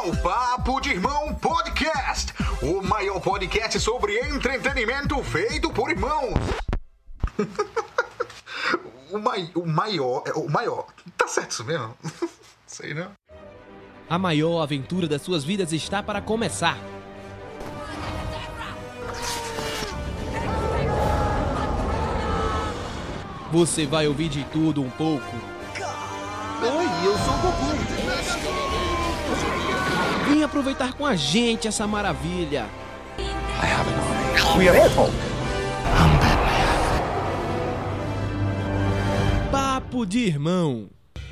ao Papo de Irmão Podcast, o maior podcast sobre entretenimento feito por irmãos. O maior. Tá certo isso mesmo? Sei não. A maior aventura das suas vidas está para começar. Você vai ouvir de tudo um pouco. Oi, eu sou o Goku. Vem aproveitar com a gente essa maravilha. I have an army. We are Hulk. I'm Batman. Papo de Irmão.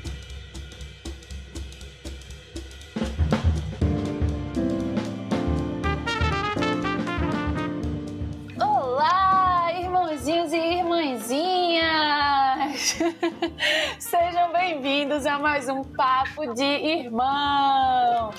Olá, irmãozinhos e irmãzinhas! Sejam bem-vindos a mais um Papo de Irmão!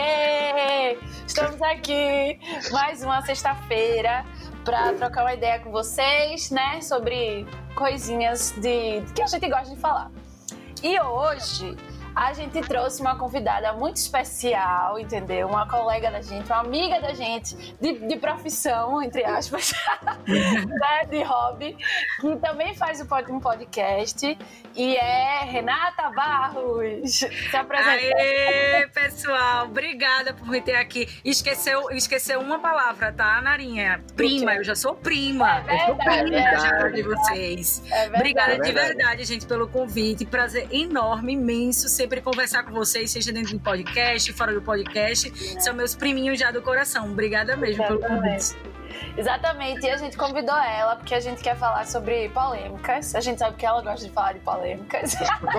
Estamos aqui mais uma sexta-feira para trocar uma ideia com vocês, né? Sobre coisinhas que a gente gosta de falar. E hoje a gente trouxe uma convidada muito especial, entendeu? Uma colega da gente, uma amiga da gente, de profissão, entre aspas, né? De hobby, que também faz um podcast, e é Renata Barros. Se apresenta. Aê, pessoal, obrigada por me ter aqui. Esqueceu uma palavra, tá, Narinha? Prima, eu já sou prima. É verdade, eu sou prima de vocês. Obrigada de verdade. verdade, gente, pelo convite. Prazer enorme, imenso, sempre conversar com vocês, seja dentro do podcast, fora do podcast. São meus priminhos já do coração. Obrigada mesmo pelo convite. Exatamente, e a gente convidou ela porque a gente quer falar sobre polêmicas. A gente sabe que ela gosta de falar de polêmicas.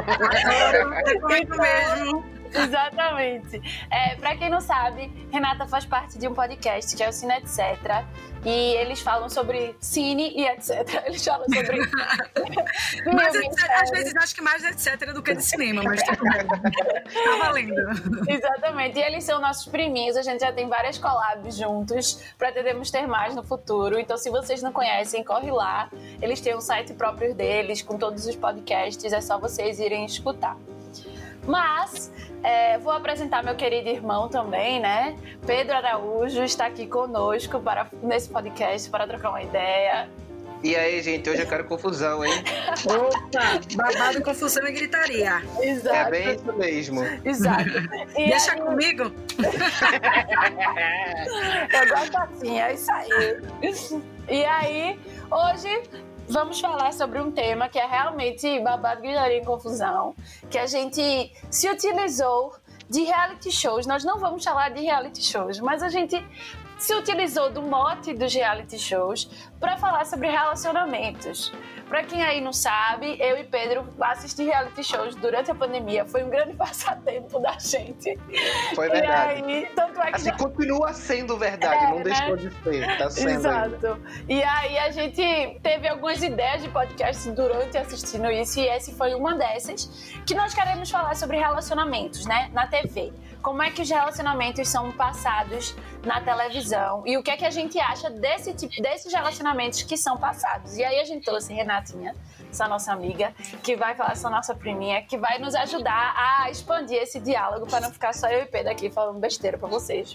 É comigo mesmo. Exatamente. Pra quem não sabe, Renata faz parte de um podcast que é o Cine Etc. E eles falam sobre cine e etc. Eles falam sobre Mas filmes, às vezes acho que mais etc do que de cinema, mas tudo bem. Tá valendo. Exatamente, e eles são nossos priminhos, a gente já tem várias collabs juntos, pretendemos ter mais no futuro, então se vocês não conhecem, corre lá, eles têm um site próprio deles, com todos os podcasts, é só vocês irem escutar. Mas, vou apresentar meu querido irmão também, né? Pedro Araújo está aqui conosco nesse podcast para trocar uma ideia. E aí, gente, hoje eu quero confusão, hein? Opa, babado, confusão e gritaria. Exato. É bem isso mesmo. Exato. E Deixa aí, comigo. eu gosto assim, é isso aí. E aí, hoje vamos falar sobre um tema que é realmente babado, gritaria e confusão, que a gente se utilizou de reality shows. Nós não vamos falar de reality shows, mas a gente se utilizou do mote dos reality shows para falar sobre relacionamentos. Para quem aí não sabe, eu e Pedro assistir reality shows durante a pandemia foi um grande passatempo da gente. Foi verdade. E aí, tanto é que Assim, continua sendo verdade, não deixou de ser, tá sendo ainda. Exato. E aí a gente teve algumas ideias de podcast durante assistindo isso, e essa foi uma dessas, que nós queremos falar sobre relacionamentos, né, na TV. Como é que os relacionamentos são passados na televisão e o que é que a gente acha desses relacionamentos que são passados. E aí a gente trouxe Renatinha, essa nossa amiga, que vai falar, essa nossa priminha, que vai nos ajudar a expandir esse diálogo para não ficar só eu e Pedro aqui falando besteira para vocês.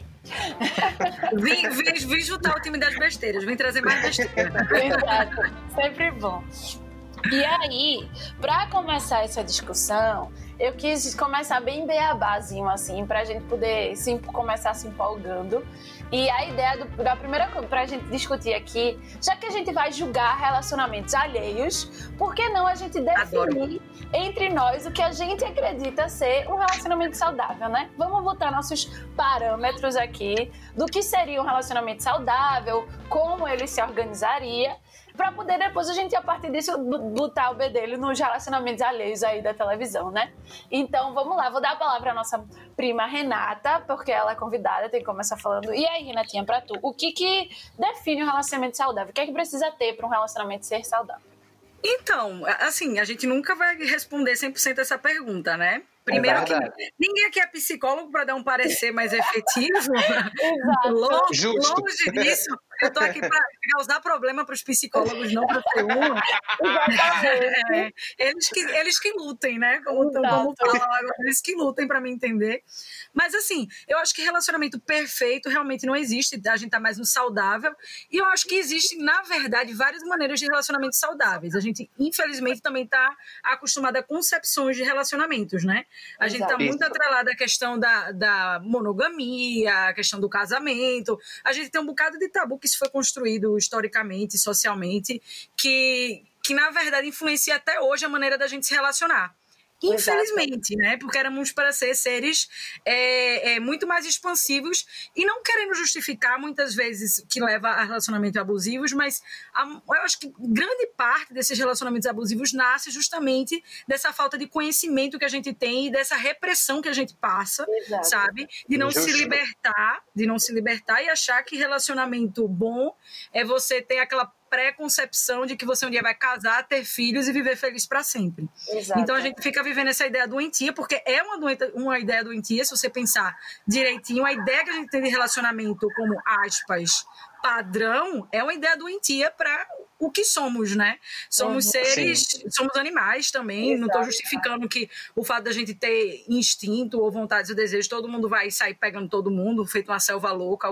Vim juntar o time das besteiras, vim trazer mais besteira. Exato, sempre bom. E aí, para começar essa discussão, eu quis começar bem beabazinho, assim, pra gente poder começar se empolgando. E a ideia da primeira coisa pra gente discutir aqui, já que a gente vai julgar relacionamentos alheios, por que não a gente definir entre nós o que a gente acredita ser um relacionamento saudável, né? Vamos botar nossos parâmetros aqui do que seria um relacionamento saudável, como ele se organizaria, pra poder depois a gente, a partir disso, botar o bedelho nos relacionamentos alheios aí da televisão, né? Então, vamos lá. Vou dar a palavra à nossa prima Renata, porque ela é convidada, tem que começar falando. E aí, Renatinha, pra tu, o que define um relacionamento saudável? O que é que precisa ter pra um relacionamento ser saudável? Então, assim, a gente nunca vai responder 100% essa pergunta, né? Primeiro que ninguém aqui é psicólogo para dar um parecer mais efetivo. Longe disso. Eu estou aqui para causar problema para os psicólogos, não para ser uma. Eles que lutem, né? Como falam agora, eles que lutem para me entender. Mas assim, eu acho que relacionamento perfeito realmente não existe. A gente tá mais no saudável. E eu acho que existe, na verdade, várias maneiras de relacionamentos saudáveis. A gente, infelizmente, também está acostumado a concepções de relacionamentos, né? A gente está muito atrelado à questão da monogamia, a questão do casamento. A gente tem um bocado de tabu que isso foi construído historicamente, socialmente, que na verdade influencia até hoje a maneira da gente se relacionar. Infelizmente, né? Porque éramos para ser seres muito mais expansivos e não querendo justificar muitas vezes que leva a relacionamentos abusivos, mas eu acho que grande parte desses relacionamentos abusivos nasce justamente dessa falta de conhecimento que a gente tem e dessa repressão que a gente passa, sabe? De não se libertar e achar que relacionamento bom é você ter aquela pré-concepção de que você um dia vai casar, ter filhos e viver feliz para sempre. Exato. Então a gente fica vivendo essa ideia doentia, porque é uma ideia doentia, se você pensar direitinho, a ideia que a gente tem de relacionamento como, aspas, padrão, é uma ideia doentia para o que somos, né? Somos seres, somos animais também. Exato. Não estou justificando que o fato da gente ter instinto ou vontade ou desejo, todo mundo vai sair pegando todo mundo, feito uma selva louca,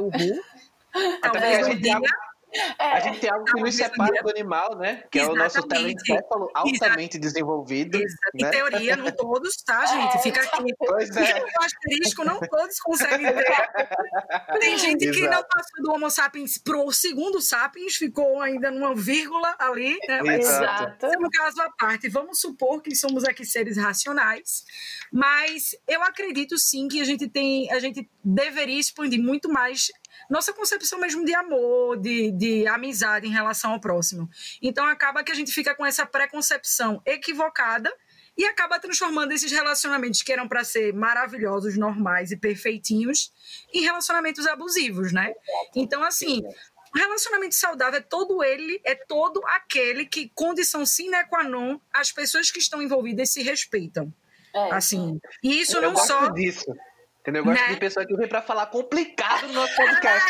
talvez um dia... A gente tem algo que nos separa do animal, né? Que é o nosso telencéfalo altamente desenvolvido. Né? Em teoria, não todos, tá, gente? Fica aqui. Pois é. O asterisco, não todos conseguem ter. Tem gente que não passou do Homo sapiens pro segundo sapiens, ficou ainda numa vírgula ali, né? Exato. No caso à parte, vamos supor que somos aqui seres racionais, mas eu acredito sim que a gente deveria expandir muito mais nossa concepção mesmo de amor, de amizade em relação ao próximo. Então acaba que a gente fica com essa preconcepção equivocada e acaba transformando esses relacionamentos que eram para ser maravilhosos, normais e perfeitinhos em relacionamentos abusivos, né? Então, assim, o relacionamento saudável é todo aquele que, condição sine qua non, as pessoas que estão envolvidas se respeitam. Assim, e isso não só... Eu gosto disso. Entendeu? Eu gosto de pessoa que vem pra falar complicado no nosso podcast,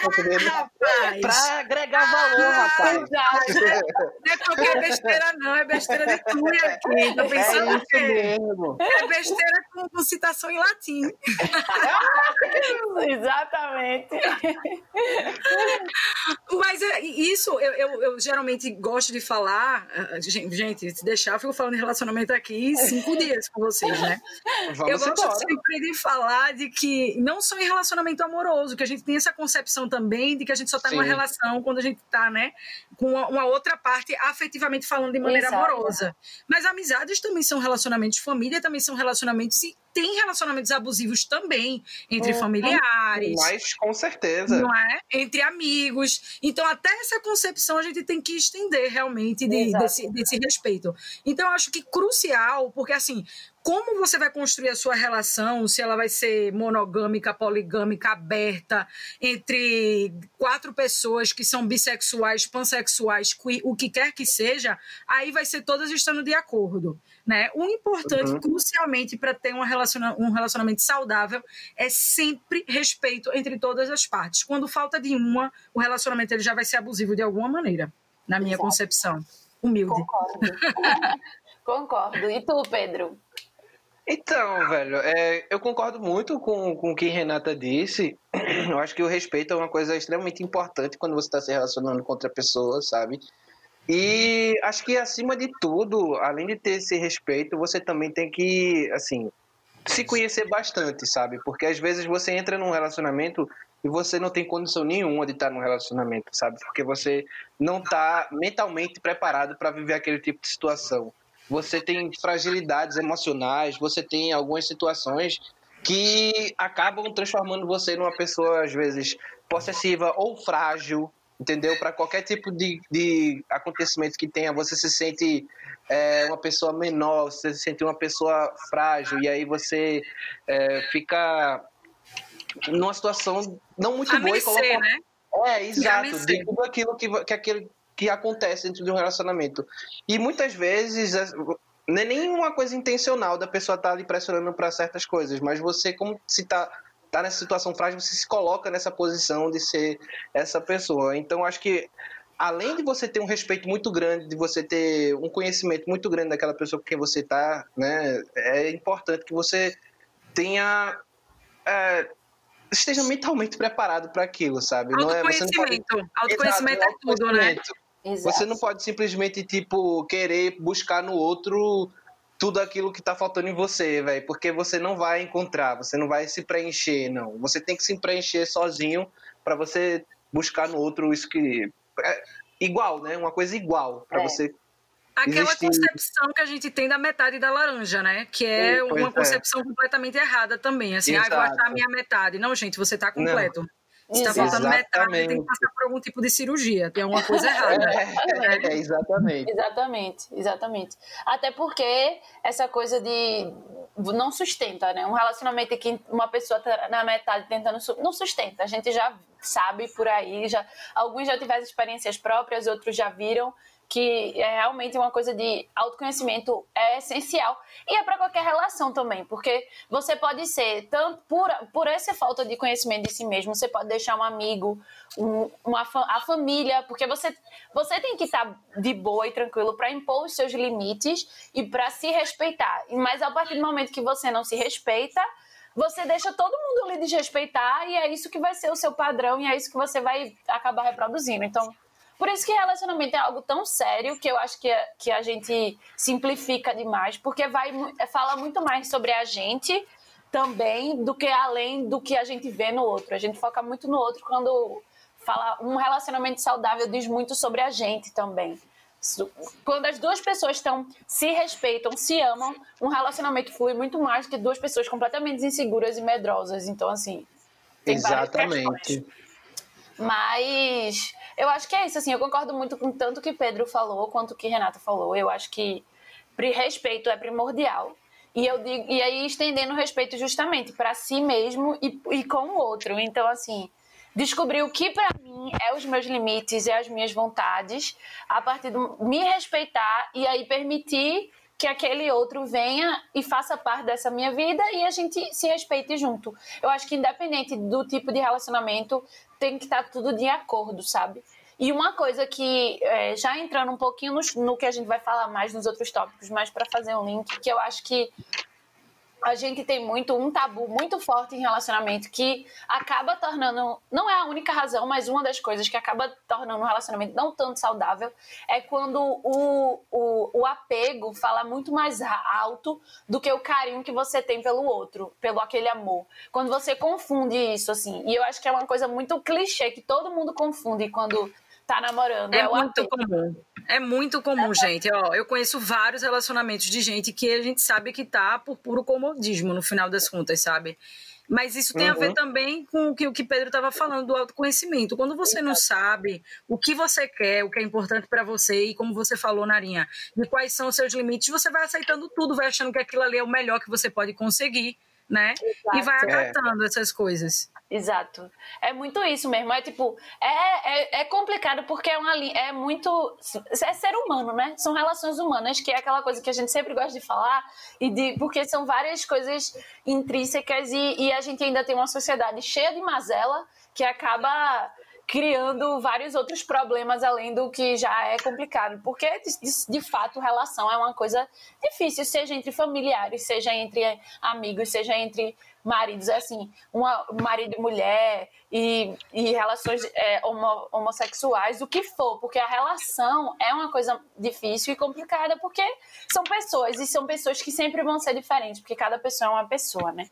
pra agregar valor, rapaz. Não é qualquer besteira, não. É besteira de tudo aqui. Tô pensando isso mesmo. É besteira com citação em latim. Exatamente. Mas isso eu geralmente gosto de falar. Gente, se deixar, eu fico falando de relacionamento aqui 5 dias com vocês, né? Eu gosto sempre de falar de que não só em relacionamento amoroso, que a gente tem essa concepção também de que a gente só está numa relação quando a gente está, né, com uma outra parte afetivamente falando de maneira amorosa. Mas amizades também são relacionamentos, família também são relacionamentos e tem relacionamentos abusivos também entre familiares. Mas com certeza. Não é? Entre amigos. Então até essa concepção a gente tem que estender realmente desse respeito. Então eu acho que crucial, porque assim, como você vai construir a sua relação, se ela vai ser monogâmica, poligâmica, aberta, entre 4 pessoas que são bissexuais, pansexuais, o que quer que seja, aí vai ser todas estando de acordo, né? O importante, crucialmente, para ter um relacionamento saudável é sempre respeito entre todas as partes. Quando falta de uma, o relacionamento ele já vai ser abusivo de alguma maneira, na minha concepção. Humilde. Concordo. E tu, Pedro? Então, velho, eu concordo muito com o que Renata disse. Eu acho que o respeito é uma coisa extremamente importante quando você está se relacionando com outra pessoa, sabe? E acho que, acima de tudo, além de ter esse respeito, você também tem que, assim, se conhecer bastante, sabe? Porque às vezes você entra num relacionamento e você não tem condição nenhuma de estar num relacionamento, sabe? Porque você não está mentalmente preparado para viver aquele tipo de situação. Você tem fragilidades emocionais, você tem algumas situações que acabam transformando você numa pessoa, às vezes, possessiva ou frágil, entendeu? Para qualquer tipo de acontecimento que tenha, você se sente uma pessoa menor, você se sente uma pessoa frágil, e aí você fica numa situação não muito boa. Coloca... né? Exato, de tudo aquilo que acontece dentro de um relacionamento. E muitas vezes não é nenhuma coisa intencional da pessoa estar lhe pressionando para certas coisas, mas você, como se tá nessa situação frágil, você se coloca nessa posição de ser essa pessoa. Então, acho que além de você ter um respeito muito grande, de você ter um conhecimento muito grande daquela pessoa com quem você está, né, é importante que você tenha... esteja mentalmente preparado para aquilo, sabe? Autoconhecimento. Autoconhecimento é tudo, né? Exato. Você não pode simplesmente, querer buscar no outro tudo aquilo que tá faltando em você, velho, porque você não vai encontrar, você não vai se preencher, não. Você tem que se preencher sozinho para você buscar no outro isso que... igual, né? Uma coisa igual para você... Aquela existir. concepção que a gente tem da metade da laranja, né? Que é uma concepção completamente errada também. Assim, vou achar a minha metade. Não, gente, você tá completo. Não. Se está faltando metade, tem que passar por algum tipo de cirurgia. Tem alguma coisa errada. Exatamente. Até porque essa coisa de... não sustenta, né? Um relacionamento em que uma pessoa tá na metade tentando... não sustenta. A gente já sabe por aí. Alguns já tiveram experiências próprias, outros já viram que é realmente uma coisa de autoconhecimento é essencial. E é para qualquer relação também, porque você pode ser, tanto por essa falta de conhecimento de si mesmo, você pode deixar um amigo, a família, porque você tem que estar de boa e tranquilo para impor os seus limites e para se respeitar. Mas a partir do momento que você não se respeita, você deixa todo mundo lhe desrespeitar e é isso que vai ser o seu padrão e é isso que você vai acabar reproduzindo. Então, por isso que relacionamento é algo tão sério que eu acho que a gente simplifica demais, porque fala muito mais sobre a gente também do que além do que a gente vê no outro. A gente foca muito no outro quando fala um relacionamento saudável, diz muito sobre a gente também. Quando as duas pessoas se respeitam, se amam, um relacionamento flui muito mais do que duas pessoas completamente inseguras e medrosas. Então, assim, tem várias questões. Mas eu acho que é isso, assim, eu concordo muito com tanto que Pedro falou quanto que Renata falou. Eu acho que respeito é primordial. E aí estendendo o respeito justamente para si mesmo e com o outro. Então, assim, descobrir o que para mim é os meus limites e as minhas vontades, a partir de me respeitar e aí permitir que aquele outro venha e faça parte dessa minha vida e a gente se respeite junto. Eu acho que independente do tipo de relacionamento, tem que estar tudo de acordo, sabe? E uma coisa que, já entrando um pouquinho no que a gente vai falar mais nos outros tópicos, mas para fazer um link, que eu acho que a gente tem um tabu muito forte em relacionamento que acaba tornando, não é a única razão, mas uma das coisas que acaba tornando um relacionamento não tanto saudável é quando o apego fala muito mais alto do que o carinho que você tem pelo outro, pelo aquele amor. Quando você confunde isso, assim, e eu acho que é uma coisa muito clichê, que todo mundo confunde quando tá namorando. É muito comum. É muito comum, gente. Eu conheço vários relacionamentos de gente que a gente sabe que tá por puro comodismo, no final das contas, sabe? Mas isso tem a ver também com o que Pedro estava falando do autoconhecimento. Quando você não sabe o que você quer, o que é importante para você, e como você falou, Narinha, de quais são os seus limites, você vai aceitando tudo, vai achando que aquilo ali é o melhor que você pode conseguir, né? Exato. E vai acatando essas coisas. Exato. É muito isso mesmo. É tipo, é complicado porque é muito... É ser humano, né? São relações humanas, que é aquela coisa que a gente sempre gosta de falar, porque são várias coisas intrínsecas e a gente ainda tem uma sociedade cheia de mazela que acaba criando vários outros problemas além do que já é complicado. Porque, de fato, relação é uma coisa difícil, seja entre familiares, seja entre amigos, seja entre maridos, assim, marido e mulher e relações homossexuais, o que for, porque a relação é uma coisa difícil e complicada, porque são pessoas, e são pessoas que sempre vão ser diferentes, porque cada pessoa é uma pessoa, né?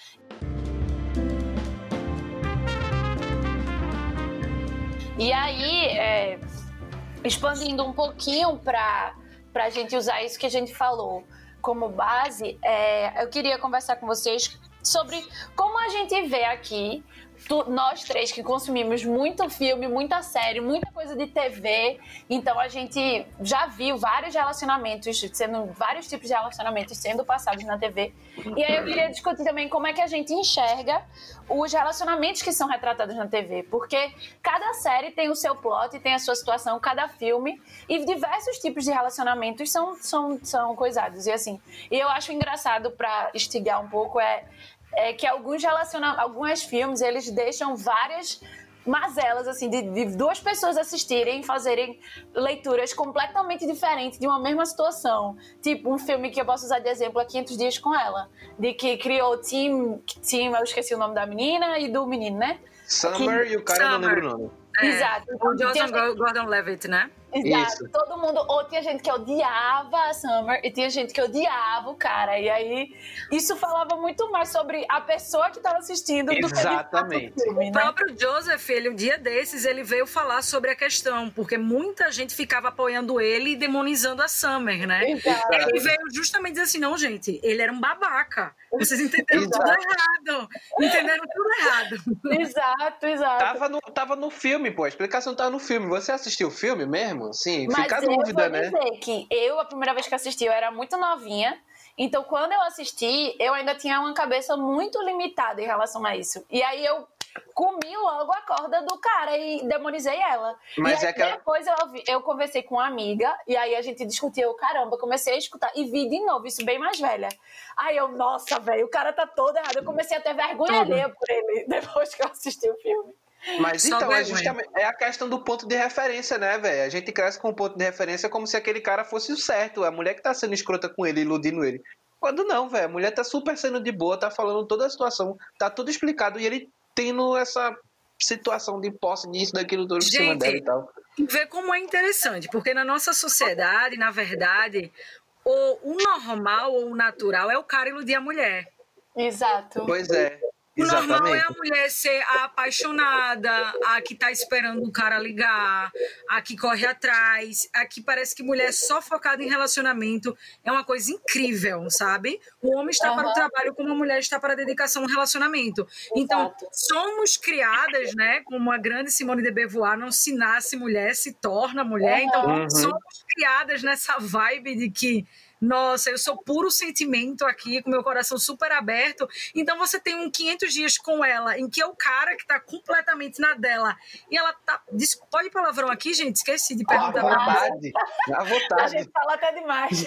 E aí, expandindo um pouquinho para a gente usar isso que a gente falou como base, eu queria conversar com vocês sobre como a gente vê aqui nós três que consumimos muito filme, muita série, muita coisa de TV, então a gente já viu vários tipos de relacionamentos sendo passados na TV. E aí eu queria discutir também como é que a gente enxerga os relacionamentos que são retratados na TV, porque cada série tem o seu plot, tem a sua situação, cada filme, e diversos tipos de relacionamentos são coisados. E assim, e eu acho engraçado, pra instigar um pouco, que alguns filmes, eles deixam várias mazelas, assim, de duas pessoas assistirem, fazerem leituras completamente diferentes de uma mesma situação. Tipo, um filme que eu posso usar de exemplo é 500 Dias com Ela, de que criou Tim, eu esqueci o nome da menina e do menino, né? Summer e o cara não lembro o nome. Exato. O Joseph Gordon-Levitt, né? Exato. Isso. Todo mundo, ou tinha gente que odiava a Summer e tinha gente que odiava o cara. E aí, isso falava muito mais sobre a pessoa que estava assistindo do que Exatamente. o filme, O né? próprio Joseph, um dia desses, ele veio falar sobre a questão, porque muita gente ficava apoiando ele e demonizando a Summer, né? Exato. Ele veio justamente dizer assim, não, gente, ele era um babaca. Vocês entenderam Exato. tudo errado. Entenderam tudo errado. Exato. Tava no filme, pô. A explicação tava no filme. Você assistiu o filme mesmo? Sim, Mas fica a eu dúvida, vou né? dizer que a primeira vez que assisti, eu era muito novinha. Então, quando eu assisti, eu ainda tinha uma cabeça muito limitada em relação a isso. E aí, eu comi logo a corda do cara e demonizei ela. Mas e aí, depois eu conversei com uma amiga, e aí a gente discutiu, caramba, comecei a escutar e vi de novo, isso bem mais velha. Aí eu, nossa, velho, o cara tá todo errado. Eu comecei a ter vergonha alheia por ele, depois que eu assisti o filme. Mas Só então, vergonha. justamente, é a questão do ponto de referência, né, velho? A gente cresce com um ponto de referência como se aquele cara fosse o certo. A mulher que tá sendo escrota com ele, iludindo ele. Quando não, velho. A mulher tá super sendo de boa, tá falando toda a situação, tá tudo explicado. E ele tendo essa situação de posse disso, daquilo, tudo em cima dela e tal. Vê como é interessante, porque na nossa sociedade, na verdade, o normal ou o natural é o cara iludir a mulher. Exato. Pois é. O normal é Exatamente. a mulher ser a apaixonada, a que tá esperando o cara ligar, a que corre atrás, a que parece que mulher só focada em relacionamento é uma coisa incrível, sabe? O homem está para o trabalho como a mulher está para a dedicação no relacionamento. Então, somos criadas, né? Como a grande Simone de Beauvoir, não se nasce mulher, se torna mulher. Então, somos criadas nessa vibe de que nossa, eu sou puro sentimento aqui, com meu coração super aberto. Então você tem um 500 dias com ela, em que é o cara que tá completamente na dela. E ela tá... Pode palavrão aqui, gente? Esqueci de perguntar. À A vontade. gente fala até demais.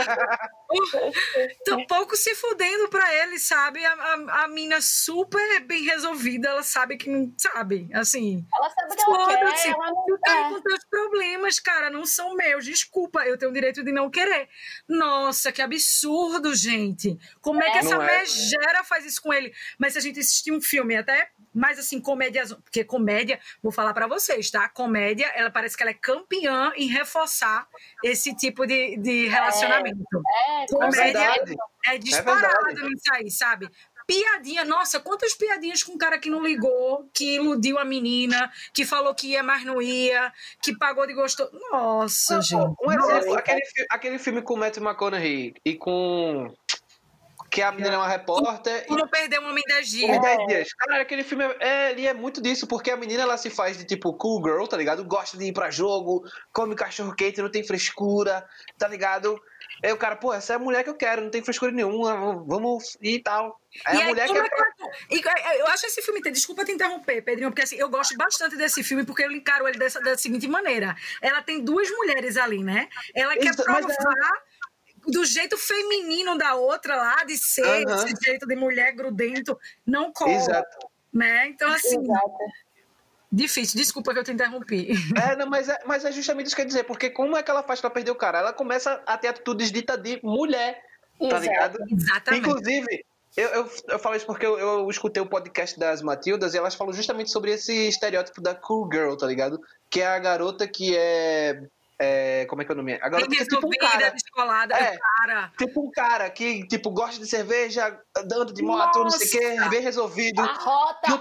Tô pouco se fudendo pra ele, sabe? A mina super bem resolvida, ela sabe que não... Sabe? Assim... Ela sabe o que ela quer, ela não eu quer. com teus problemas, cara, não são meus. Desculpa, eu tenho o direito de não querer. Nossa, que absurdo, gente. Como é que essa megera faz isso com ele? Mas se a gente assistir um filme até mais assim, comédia... Porque comédia, vou falar pra vocês, tá? Comédia, ela parece que ela é campeã em reforçar esse tipo de relacionamento. Comédia é disparado nisso aí, sabe? Piadinha, nossa, quantas piadinhas com um cara que não ligou, que iludiu a menina, que falou que ia, mas não ia, que pagou de gostoso. Nossa, gente. Um exemplo, aquele filme com o Matthew McConaughey e com... Que a menina é uma repórter. Como perder um homem 10 dias. Em 10 dias. Cara, aquele filme ele é muito disso, porque a menina ela se faz de tipo cool girl, tá ligado? Gosta de ir pra jogo, come cachorro quente, não tem frescura, tá ligado? Aí o cara, pô, essa é a mulher que eu quero, não tem frescura nenhuma, vamos e tal. Aí a mulher Eu acho esse filme, desculpa te interromper, Pedrinho, porque assim, eu gosto bastante desse filme, porque eu encaro ele da seguinte maneira. Ela tem duas mulheres ali, né? Ela quer provar do jeito feminino da outra lá, de ser esse jeito de mulher grudento, não cola. Exato. Né? Então, assim... Difícil, desculpa que eu te interrompi. Mas é justamente isso que eu quer dizer, porque como é que ela faz pra perder o cara? Ela começa a ter atitudes ditas de mulher, tá ligado? Exatamente. Inclusive, eu falo isso porque eu escutei o podcast das Matildas e elas falam justamente sobre esse estereótipo da cool girl, tá ligado? Que é a garota que como é que é o nome? A garota que é tipo um cara. Descolada, cara. Tipo um cara que tipo, gosta de cerveja, andando de moto, não sei o que, bem resolvido.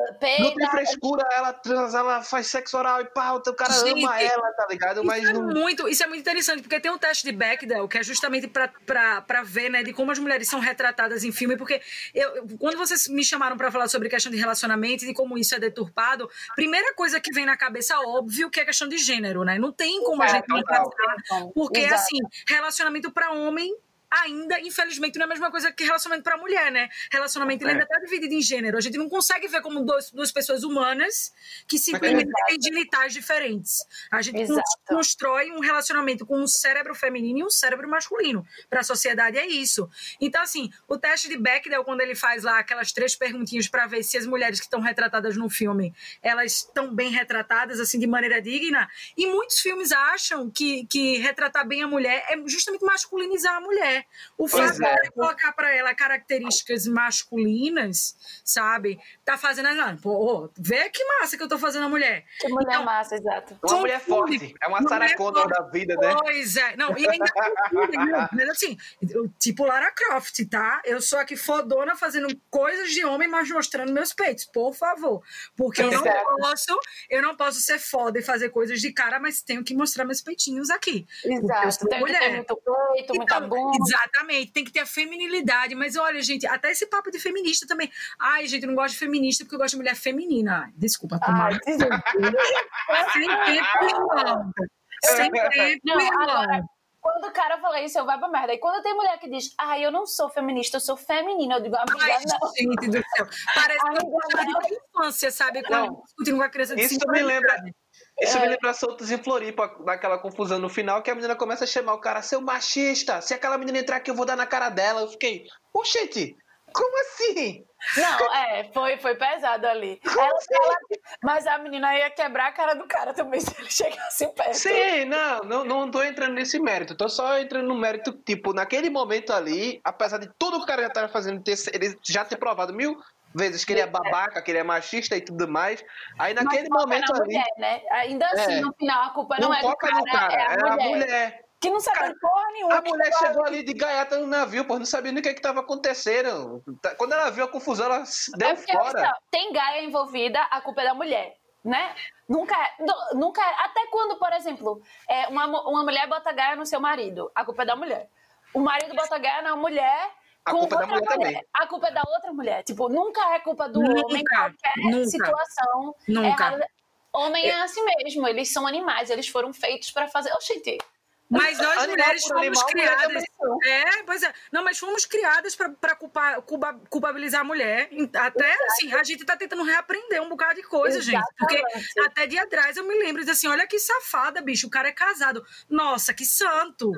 Não tem frescura, ela transa, ela faz sexo oral e pá, o cara ama ela, tá ligado? Mas isso é muito interessante, porque tem um teste de Bechdel, que é justamente pra ver, né, de como as mulheres são retratadas em filme, porque quando vocês me chamaram pra falar sobre questão de relacionamento e de como isso é deturpado, primeira coisa que vem na cabeça, óbvio, que é questão de gênero, né? Não tem como a gente não pensar, porque, assim, relacionamento pra homem ainda, infelizmente, não é a mesma coisa que relacionamento para mulher, né? Relacionamento ele ainda está dividido em gênero. A gente não consegue ver como duas pessoas humanas que simplesmente têm genitais diferentes. A gente constrói um relacionamento com um cérebro feminino e um cérebro masculino. Para a sociedade é isso. Então, assim, o teste de Bechdel, quando ele faz lá aquelas 3 perguntinhas para ver se as mulheres que estão retratadas no filme, elas estão bem retratadas, assim, de maneira digna, e muitos filmes acham que retratar bem a mulher é justamente masculinizar a mulher. O fato de colocar para ela características masculinas, sabe? Tá fazendo... vê que massa que eu tô fazendo a mulher. Que mulher massa, exato. Uma mulher forte. É uma Sarah Connor da vida, né? Pois é. Não, e ainda mas assim, tipo Lara Croft, tá? Eu sou aqui fodona fazendo coisas de homem, mas mostrando meus peitos, por favor. Porque eu não posso ser foda e fazer coisas de cara, mas tenho que mostrar meus peitinhos aqui. Exato. Tem que ter muito peito, muita bunda. Exatamente, tem que ter a feminilidade, mas olha, gente, até esse papo de feminista também. Ai, gente, eu não gosto de feminista porque eu gosto de mulher feminina. Desculpa, tomar. Sem tempo, irmão. Sem tempo, irmão. Quando o cara fala isso, eu vou pra merda. E quando tem mulher que diz, eu não sou feminista, eu sou feminina, eu digo, amiga, não. Gente do céu. Parece que é infância, sabe? Quando discutindo com a criança de 5 anos. Isso me lembra Soltos em Floripa, naquela confusão no final, que a menina começa a chamar o cara, seu machista, se aquela menina entrar aqui eu vou dar na cara dela. Eu fiquei, gente, como assim? Não, foi pesado ali. Mas a menina ia quebrar a cara do cara também, se ele chegasse perto. Sim, não tô entrando nesse mérito, tô só entrando no mérito, tipo, naquele momento ali, apesar de tudo que o cara já tava fazendo, ele já ter provado 1000 vezes que ele é babaca, que ele é machista e tudo mais. Aí naquele momento ali... Mulher, né? Ainda assim, no final, a culpa não é do cara, é a mulher. Que não sabe porra nenhuma. A mulher chegou ali de gaiata no navio, não sabia nem o que estava acontecendo. Quando ela viu a confusão, ela deu fora. Tem gaia envolvida, a culpa é da mulher, né? Nunca, até quando, por exemplo, uma mulher bota gaia no seu marido, a culpa é da mulher. O marido bota gaia na mulher... A culpa é da mulher também. A culpa é da outra mulher. Tipo, nunca é culpa do homem. Qualquer situação errada. Homem é assim mesmo. Eles são animais. Eles foram feitos para fazer... Oxente. Mas nós mulheres fomos criadas... Pois é. Não, mas fomos criadas para culpabilizar a mulher. Até, assim, a gente tá tentando reaprender um bocado de coisa, gente. Porque até dia atrás eu me lembro de assim, olha que safada, bicho. O cara é casado. Nossa, que santo.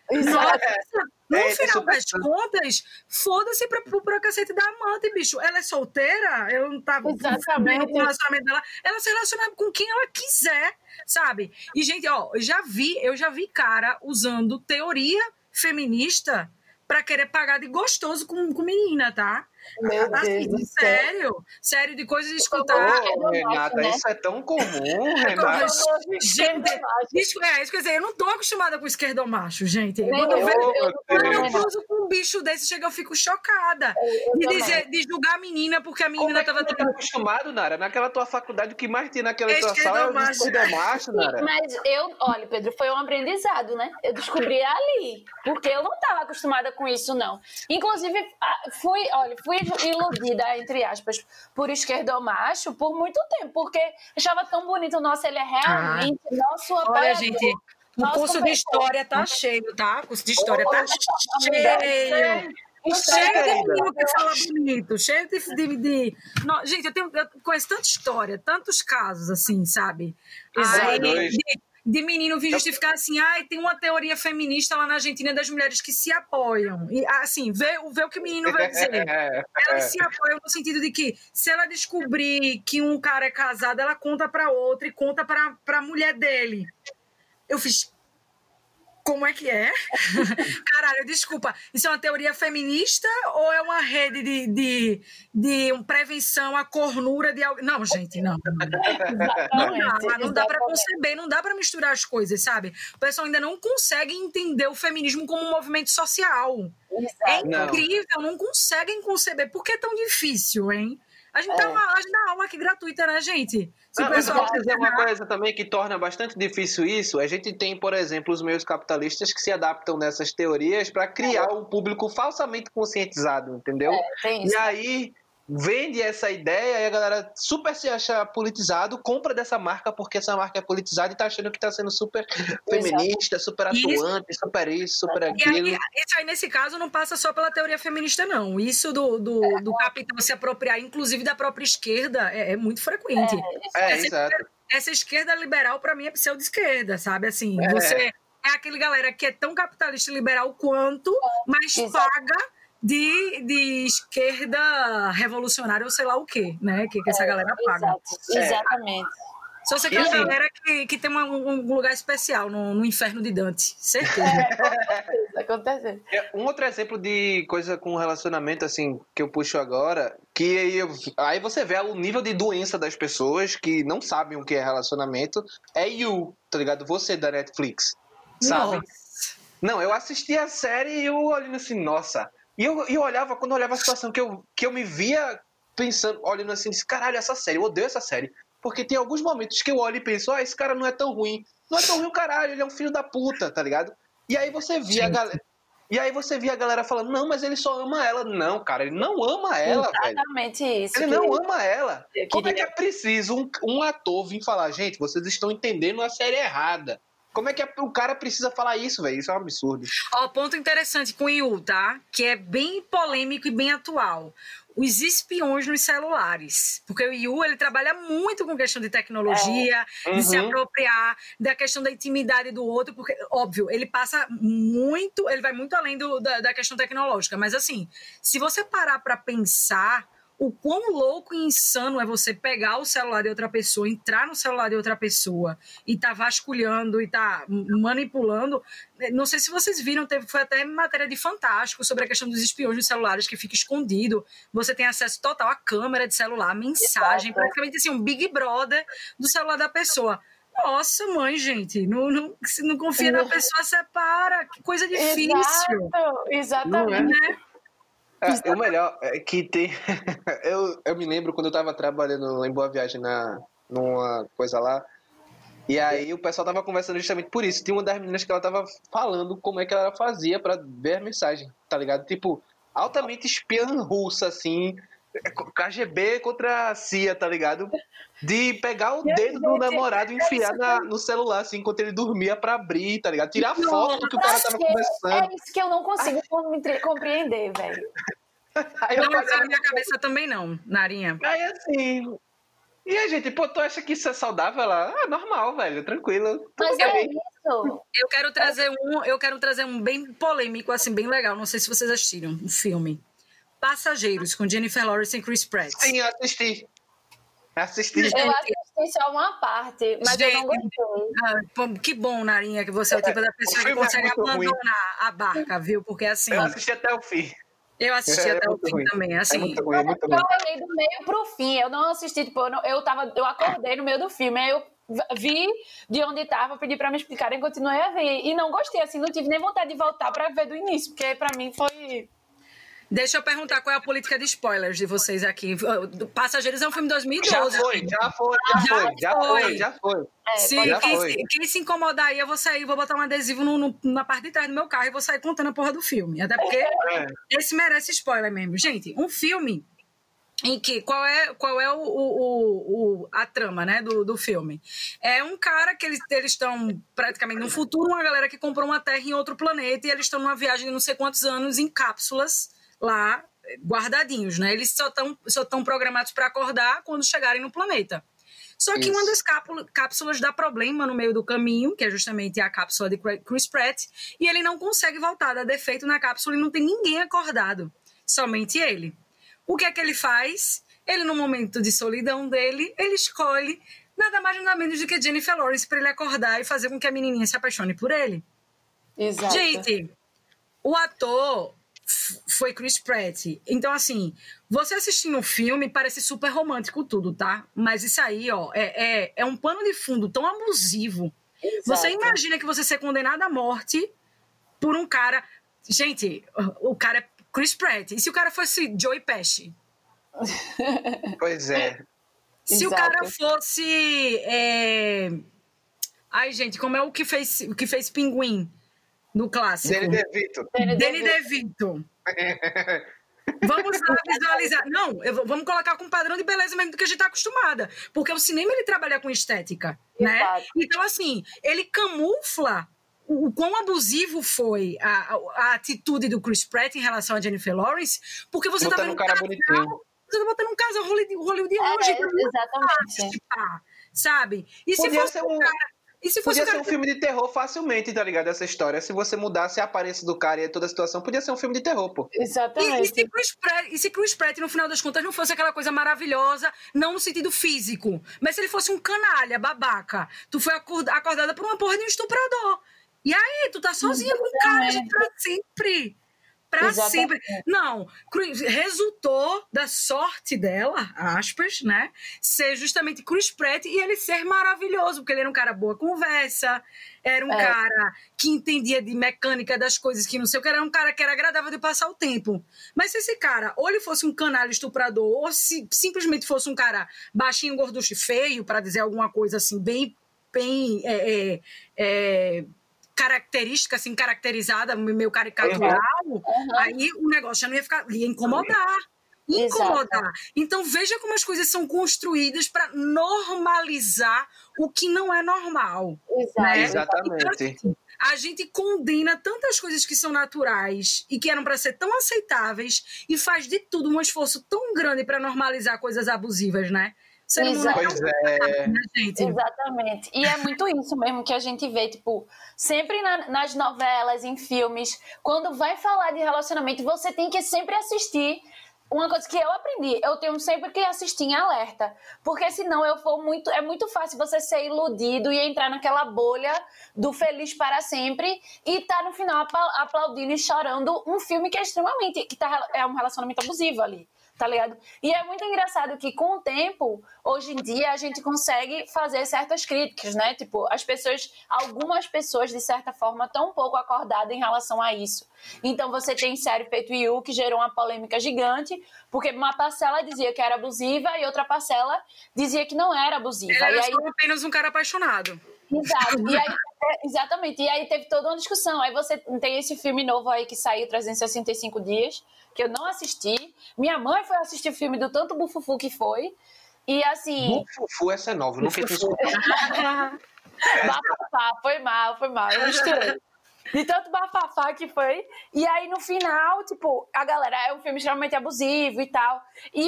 No final das contas, foda-se pro cacete da amante, bicho. Ela é solteira, eu não tava com o relacionamento dela. Ela se relaciona com quem ela quiser, sabe? E, gente, eu já vi cara usando teoria feminista pra querer pagar de gostoso com menina, tá? Meu Deus, sério, de coisas de escutar. Renata, né? Isso é tão comum, Renata. Gente, isso quer dizer, eu não tô acostumada com esquerdomacho, gente. Quando eu cruzo com um bicho desse, eu fico chocada. De julgar a menina porque a menina tava... Como é que tu tá acostumado, Nara? Naquela tua faculdade, o que mais tem naquela tua sala é o esquerdomacho, Nara. Mas olha, Pedro, foi um aprendizado, né? Eu descobri ali, porque eu não tava acostumada com isso, não. Inclusive, fui iludida, entre aspas, por esquerdomacho por muito tempo, porque achava tão bonito. Nossa, ele é realmente nosso apoiador. Olha, gente, o curso de história tá cheio, tá? O curso de história tá cheio. Cheio de menino que fala bonito, cheio de... Não, gente, eu conheço tanta história, tantos casos, assim, sabe? De menino vir justificar assim, tem uma teoria feminista lá na Argentina das mulheres que se apoiam. E assim, vê o que o menino vai dizer. Elas se apoiam no sentido de que se ela descobrir que um cara é casado, ela conta pra outra e conta pra mulher dele. Eu fiz... Como é que é? Caralho, desculpa. Isso é uma teoria feminista ou é uma rede de prevenção à cornura de alguém? Não, gente, não. Não dá para conceber, não dá para misturar as coisas, sabe? O pessoal ainda não consegue entender o feminismo como um movimento social. É incrível, não conseguem conceber. Por que é tão difícil, hein? A gente dá aula aqui gratuita, né, gente? Se o Mas pessoal pode dizer uma coisa também que torna bastante difícil isso. A gente tem, por exemplo, os meios capitalistas que se adaptam nessas teorias para criar um público falsamente conscientizado, entendeu? Tem isso. E aí vende essa ideia e a galera super se acha politizado, compra dessa marca porque essa marca é politizada e tá achando que tá sendo super feminista, super atuante, super isso, super aquilo. E aí, isso aí, nesse caso, não passa só pela teoria feminista, não. Isso do capital se apropriar, inclusive da própria esquerda, é muito frequente. Exato. Essa esquerda liberal, para mim, é pseudo-esquerda, sabe? Assim, você é aquele galera que é tão capitalista e liberal quanto, mas paga de esquerda revolucionária ou sei lá o quê, né? Que essa galera paga. Exatamente. Só você quer uma galera que tem um lugar especial no inferno de Dante, certeza. Acontece. Um outro exemplo de coisa com relacionamento, assim, que eu puxo agora, que aí você vê o nível de doença das pessoas que não sabem o que é relacionamento, é You, tá ligado? Você da Netflix, sabe? Nossa. Não, eu assisti a série e eu olhando assim, nossa. E eu olhava, quando eu olhava a situação que eu me via pensando, olhando assim, disse, caralho, essa série, eu odeio essa série. Porque tem alguns momentos que eu olho e penso, esse cara não é tão ruim. Não é tão ruim, caralho, ele é um filho da puta, tá ligado? E aí você via a galera falando, não, mas ele só ama ela. Não, cara, ele não ama ela, velho. Exatamente isso. Ele não ama ela. Como é que queria- é preciso um ator vir falar, gente, vocês estão entendendo a série errada? Como é que o cara precisa falar isso, velho? Isso é um absurdo. Ó, ponto interessante com o Yu, tá? Que é bem polêmico e bem atual. Os espiões nos celulares. Porque o Yu, ele trabalha muito com questão de tecnologia, de se apropriar da questão da intimidade do outro, porque, óbvio, ele vai muito além da questão tecnológica. Mas, assim, se você parar para pensar o quão louco e insano é você pegar o celular de outra pessoa, entrar no celular de outra pessoa e tá vasculhando e tá manipulando. Não sei se vocês viram, foi até matéria de Fantástico sobre a questão dos espiões nos celulares que fica escondido. Você tem acesso total à câmera de celular, mensagem, praticamente assim, um Big Brother do celular da pessoa. Nossa, mãe, gente, se não confia na pessoa, separa. Que coisa difícil. Exatamente. Né? O melhor é que tem... eu me lembro quando eu tava trabalhando em Boa Viagem numa coisa lá, e aí o pessoal tava conversando justamente por isso. Tinha uma das meninas que ela tava falando como é que ela fazia pra ver a mensagem, tá ligado? Tipo, altamente espiã russa, assim, KGB contra a CIA, tá ligado? De pegar o dedo do namorado e enfiar no celular, assim, enquanto ele dormia pra abrir, tá ligado? Tirar foto do que o cara tava conversando. É isso que eu não consigo compreender, velho. Aí Não entra na minha cabeça também não, Narinha. Aí assim... E a gente, pô, tu acha que isso é saudável? Ela, normal, velho, tranquilo. Mas é isso. Eu quero trazer um bem polêmico, assim, bem legal. Não sei se vocês assistiram um filme. Passageiros, com Jennifer Lawrence e Chris Pratt. Sim, eu assisti. Eu assisti só uma parte, mas eu não gostei. Que bom, Narinha, que você é o tipo da pessoa que consegue abandonar a barca, viu? Porque assim... Eu assisti até o fim. Eu assisti até o fim ruim. também, assim. É muito ruim, é muito ruim. Eu olhei do meio pro fim, eu não assisti, tipo, eu acordei no meio do filme, aí eu vi de onde tava, pedi pra me explicarem e continuei a ver. E não gostei, assim, não tive nem vontade de voltar pra ver do início, porque pra mim foi... Deixa eu perguntar qual é a política de spoilers de vocês aqui. Passageiros é um filme de 2012. Já foi. Quem se incomodar aí, eu vou sair, vou botar um adesivo na parte de trás do meu carro e vou sair contando a porra do filme. Até porque esse merece spoiler mesmo. Gente, um filme em que... Qual é a trama, né, do filme? É um cara que eles estão praticamente no futuro, uma galera que comprou uma terra em outro planeta e eles estão numa viagem de não sei quantos anos em cápsulas lá, guardadinhos, né? Eles só estão programados para acordar quando chegarem no planeta. Só que uma das cápsulas dá problema no meio do caminho, que é justamente a cápsula de Chris Pratt, e ele não consegue voltar, dá defeito na cápsula e não tem ninguém acordado, somente ele. O que é que ele faz? Ele, no momento de solidão dele, ele escolhe nada mais nada menos do que Jennifer Lawrence para ele acordar e fazer com que a menininha se apaixone por ele. Exato. Gente, o ator foi Chris Pratt. Então, assim, você assistindo o filme parece super romântico tudo, tá? Mas isso aí, ó, é um pano de fundo tão abusivo. Exato. Você imagina que você ser condenado à morte por um cara... Gente, o cara é Chris Pratt. E se o cara fosse Joey Pesci? Pois é. Se Exato. o cara fosse... Ai, gente, como é o que fez Pinguim no clássico? Danny DeVito. Danny DeVito. Vamos lá visualizar. Não, vamos colocar com um padrão de beleza mesmo do que a gente está acostumada. Porque o cinema, ele trabalha com estética, né? Exato. Então, assim, ele camufla o quão abusivo foi a atitude do Chris Pratt em relação a Jennifer Lawrence, porque você tá Botando vendo um cara bonitinho. você tá botando um casal Hollywood hoje. Exatamente. Sabe? E se Podia fosse ser um cara... E se fosse Podia um ser cara um filme de terror facilmente, tá ligado? Essa história. Se você mudasse a aparência do cara e toda a situação, podia ser um filme de terror, pô. Exatamente. E se Chris Pratt, no final das contas, não fosse aquela coisa maravilhosa, não no sentido físico, mas se ele fosse um canalha, babaca, tu foi acordada por uma porra de um estuprador. E aí, tu tá sozinha com o cara pra sempre. Pra sempre. Não, resultou da sorte dela, aspas, né? Ser justamente Chris Pratt e ele ser maravilhoso, porque ele era um cara boa conversa, era um cara que entendia de mecânica das coisas, que não sei o que, era um cara que era agradável de passar o tempo. Mas se esse cara, ou ele fosse um canalha estuprador, ou se simplesmente fosse um cara baixinho, gorducho e feio, pra dizer alguma coisa assim, bem característica, assim, caracterizada, meio caricatural, aí o negócio já não ia incomodar. Então, veja como as coisas são construídas para normalizar o que não é normal. Né? Exatamente. Então, a gente condena tantas coisas que são naturais e que eram para ser tão aceitáveis e faz de tudo um esforço tão grande para normalizar coisas abusivas, né? Pois é. Né, gente? Exatamente. E é muito isso mesmo que a gente vê, tipo, sempre nas novelas, em filmes, quando vai falar de relacionamento, você tem que sempre assistir. Uma coisa que eu aprendi, eu tenho sempre que assistir em alerta, porque senão é muito fácil você ser iludido e entrar naquela bolha do feliz para sempre e tá no final aplaudindo e chorando um filme que é extremamente, é um relacionamento abusivo ali. Tá ligado? E é muito engraçado que com o tempo, hoje em dia, a gente consegue fazer certas críticas, né? Tipo, algumas pessoas, de certa forma, estão um pouco acordadas em relação a isso. Então, você tem série feito You, que gerou uma polêmica gigante, porque uma parcela dizia que era abusiva e outra parcela dizia que não era abusiva. Era só apenas um cara apaixonado. Exato. E aí, exatamente. E aí teve toda uma discussão. Aí você tem esse filme novo aí que saiu, 365 Dias, que eu não assisti. Minha mãe foi assistir o filme do tanto bufufu que foi. E assim... Bufufu, essa é nova, nunca tinha escutado. Bafafá, foi mal, eu misturei. De tanto bafafá que foi. E aí, no final, tipo, a galera, é um filme extremamente abusivo e tal.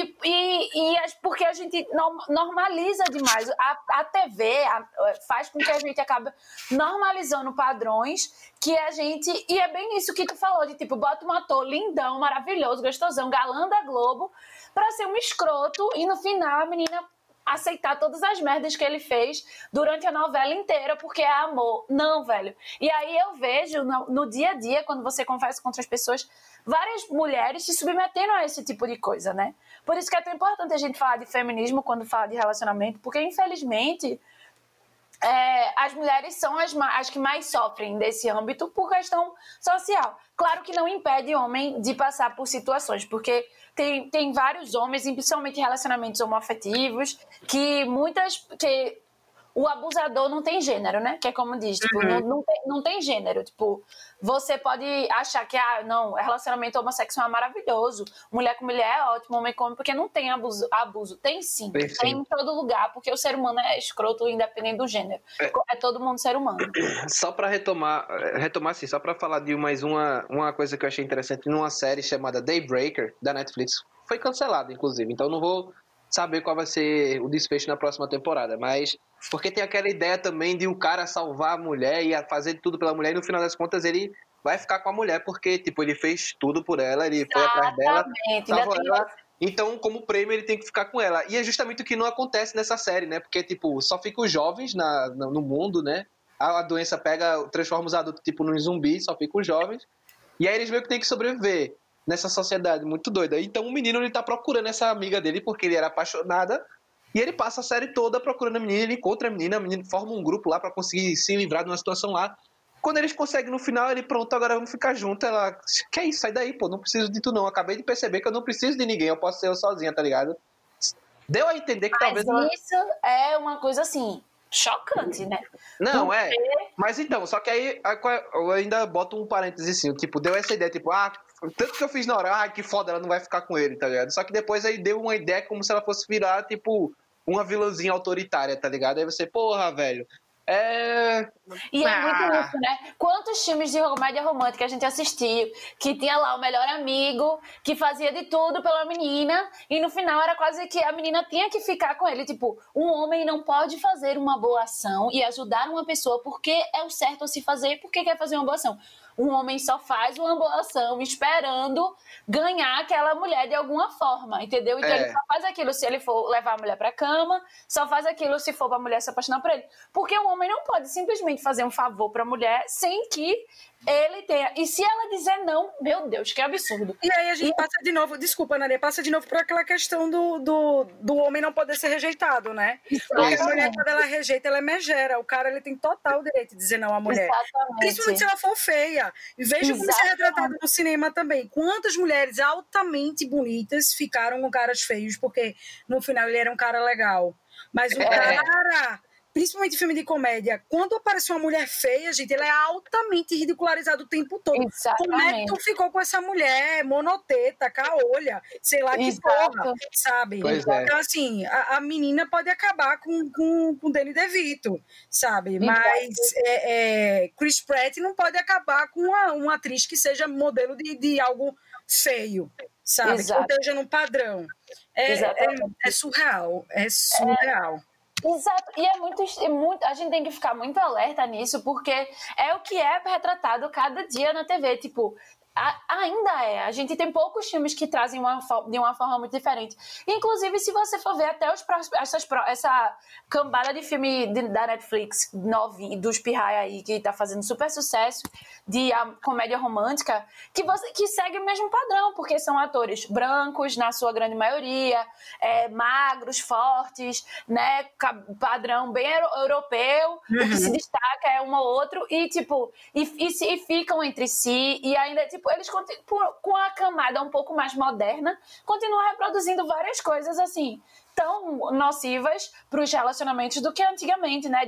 Porque a gente normaliza demais. A TV faz com que a gente acabe normalizando padrões que a gente... E é bem isso que tu falou, de tipo, bota um ator lindão, maravilhoso, gostosão, galã da Globo, pra ser um escroto e no final a menina aceitar todas as merdas que ele fez durante a novela inteira porque é amor. Não, velho. E aí eu vejo no dia a dia, quando você conversa com outras pessoas, várias mulheres se submetendo a esse tipo de coisa, né? Por isso que é tão importante a gente falar de feminismo quando fala de relacionamento, porque infelizmente as mulheres são as que mais sofrem desse âmbito por questão social. Claro que não impede o homem de passar por situações, porque tem vários homens, principalmente relacionamentos homoafetivos, que o abusador não tem gênero, né? Que é como diz, tipo, não tem gênero. Tipo, você pode achar que, relacionamento homossexual é maravilhoso, mulher com mulher é ótimo, homem com homem, porque não tem abuso. Tem sim. Tem em todo lugar, porque o ser humano é escroto independente do gênero. É todo mundo ser humano. Só pra retomar assim, só pra falar de mais uma coisa que eu achei interessante numa série chamada Daybreaker, da Netflix. Foi cancelada, inclusive, então não vou saber qual vai ser o desfecho na próxima temporada, mas porque tem aquela ideia também de o cara salvar a mulher e fazer tudo pela mulher e no final das contas ele vai ficar com a mulher porque, tipo, ele fez tudo por ela, ele foi atrás dela, salvou ela, então como prêmio ele tem que ficar com ela. E é justamente o que não acontece nessa série, né? Porque, tipo, só ficam os jovens no mundo, né? A doença transforma os adultos, tipo, num zumbi, só ficam os jovens. E aí eles meio que têm que sobreviver nessa sociedade muito doida. Então o menino, ele tá procurando essa amiga dele porque ele era apaixonada. E ele passa a série toda procurando a menina, ele encontra a menina forma um grupo lá pra conseguir se livrar de uma situação lá. quando eles conseguem no final, ele, pronto, agora vamos ficar junto. Ela, que é isso? Sai daí, pô, não preciso de tu não. Acabei de perceber que eu não preciso de ninguém, eu posso ser eu sozinha, tá ligado? Deu a entender que Mas talvez... isso é uma coisa, assim, chocante, né? Não, Porque... Mas então, só que aí eu ainda boto um parênteses assim, tipo, deu essa ideia, tipo, tanto que eu fiz na hora, que foda, ela não vai ficar com ele, tá ligado? Só que depois aí deu uma ideia como se ela fosse virar, tipo, uma vilãzinha autoritária, tá ligado? Aí você, porra, velho, E é muito isso, né? Quantos filmes de comédia romântica a gente assistiu que tinha lá o melhor amigo que fazia de tudo pela menina e no final era quase que a menina tinha que ficar com ele. Tipo, um homem não pode fazer uma boa ação e ajudar uma pessoa porque é o certo a se fazer, porque quer fazer uma boa ação. Um homem só faz uma boa ação esperando ganhar aquela mulher de alguma forma, entendeu? Então ele só faz aquilo se ele for levar a mulher pra cama, só faz aquilo se for pra mulher se apaixonar por ele. Porque o homem não pode simplesmente fazer um favor pra mulher sem que ele tenha... E se ela dizer não, meu Deus, que absurdo. E aí a gente passa de novo, desculpa, Nadia, passa de novo por aquela questão do homem não poder ser rejeitado, né? Porque a mulher, quando ela rejeita, ela é megera. O cara, ele tem total direito de dizer não à mulher. Exatamente. Principalmente se ela for feia. E veja como isso é retratado no cinema também. Quantas mulheres altamente bonitas ficaram com caras feios, porque no final ele era um cara legal. Mas o cara... Principalmente em filme de comédia, quando aparece uma mulher feia, gente, ela é altamente ridicularizada o tempo todo. Exatamente. Como é que tu ficou com essa mulher monoteta, caolha, sei lá que porra, sabe? Então, assim, a menina pode acabar com Danny DeVito, sabe? Mas Chris Pratt não pode acabar com uma atriz que seja modelo de algo feio, sabe? Exato. Que esteja num padrão. É surreal, é surreal. Exato, e é muito, a gente tem que ficar muito alerta nisso, porque é o que é retratado cada dia na TV, tipo, ainda a gente tem poucos filmes que trazem de uma forma muito diferente, inclusive se você for ver até essa cambada de filme da Netflix dos Pirraia aí, que tá fazendo super sucesso, de comédia romântica, que segue o mesmo padrão, porque são atores brancos, na sua grande maioria, magros, fortes, né, padrão bem europeu, o que se destaca é um ou outro, e tipo, e ficam entre si, e ainda, tipo, eles com a camada um pouco mais moderna, continuam reproduzindo várias coisas assim, tão nocivas para os relacionamentos do que antigamente, né?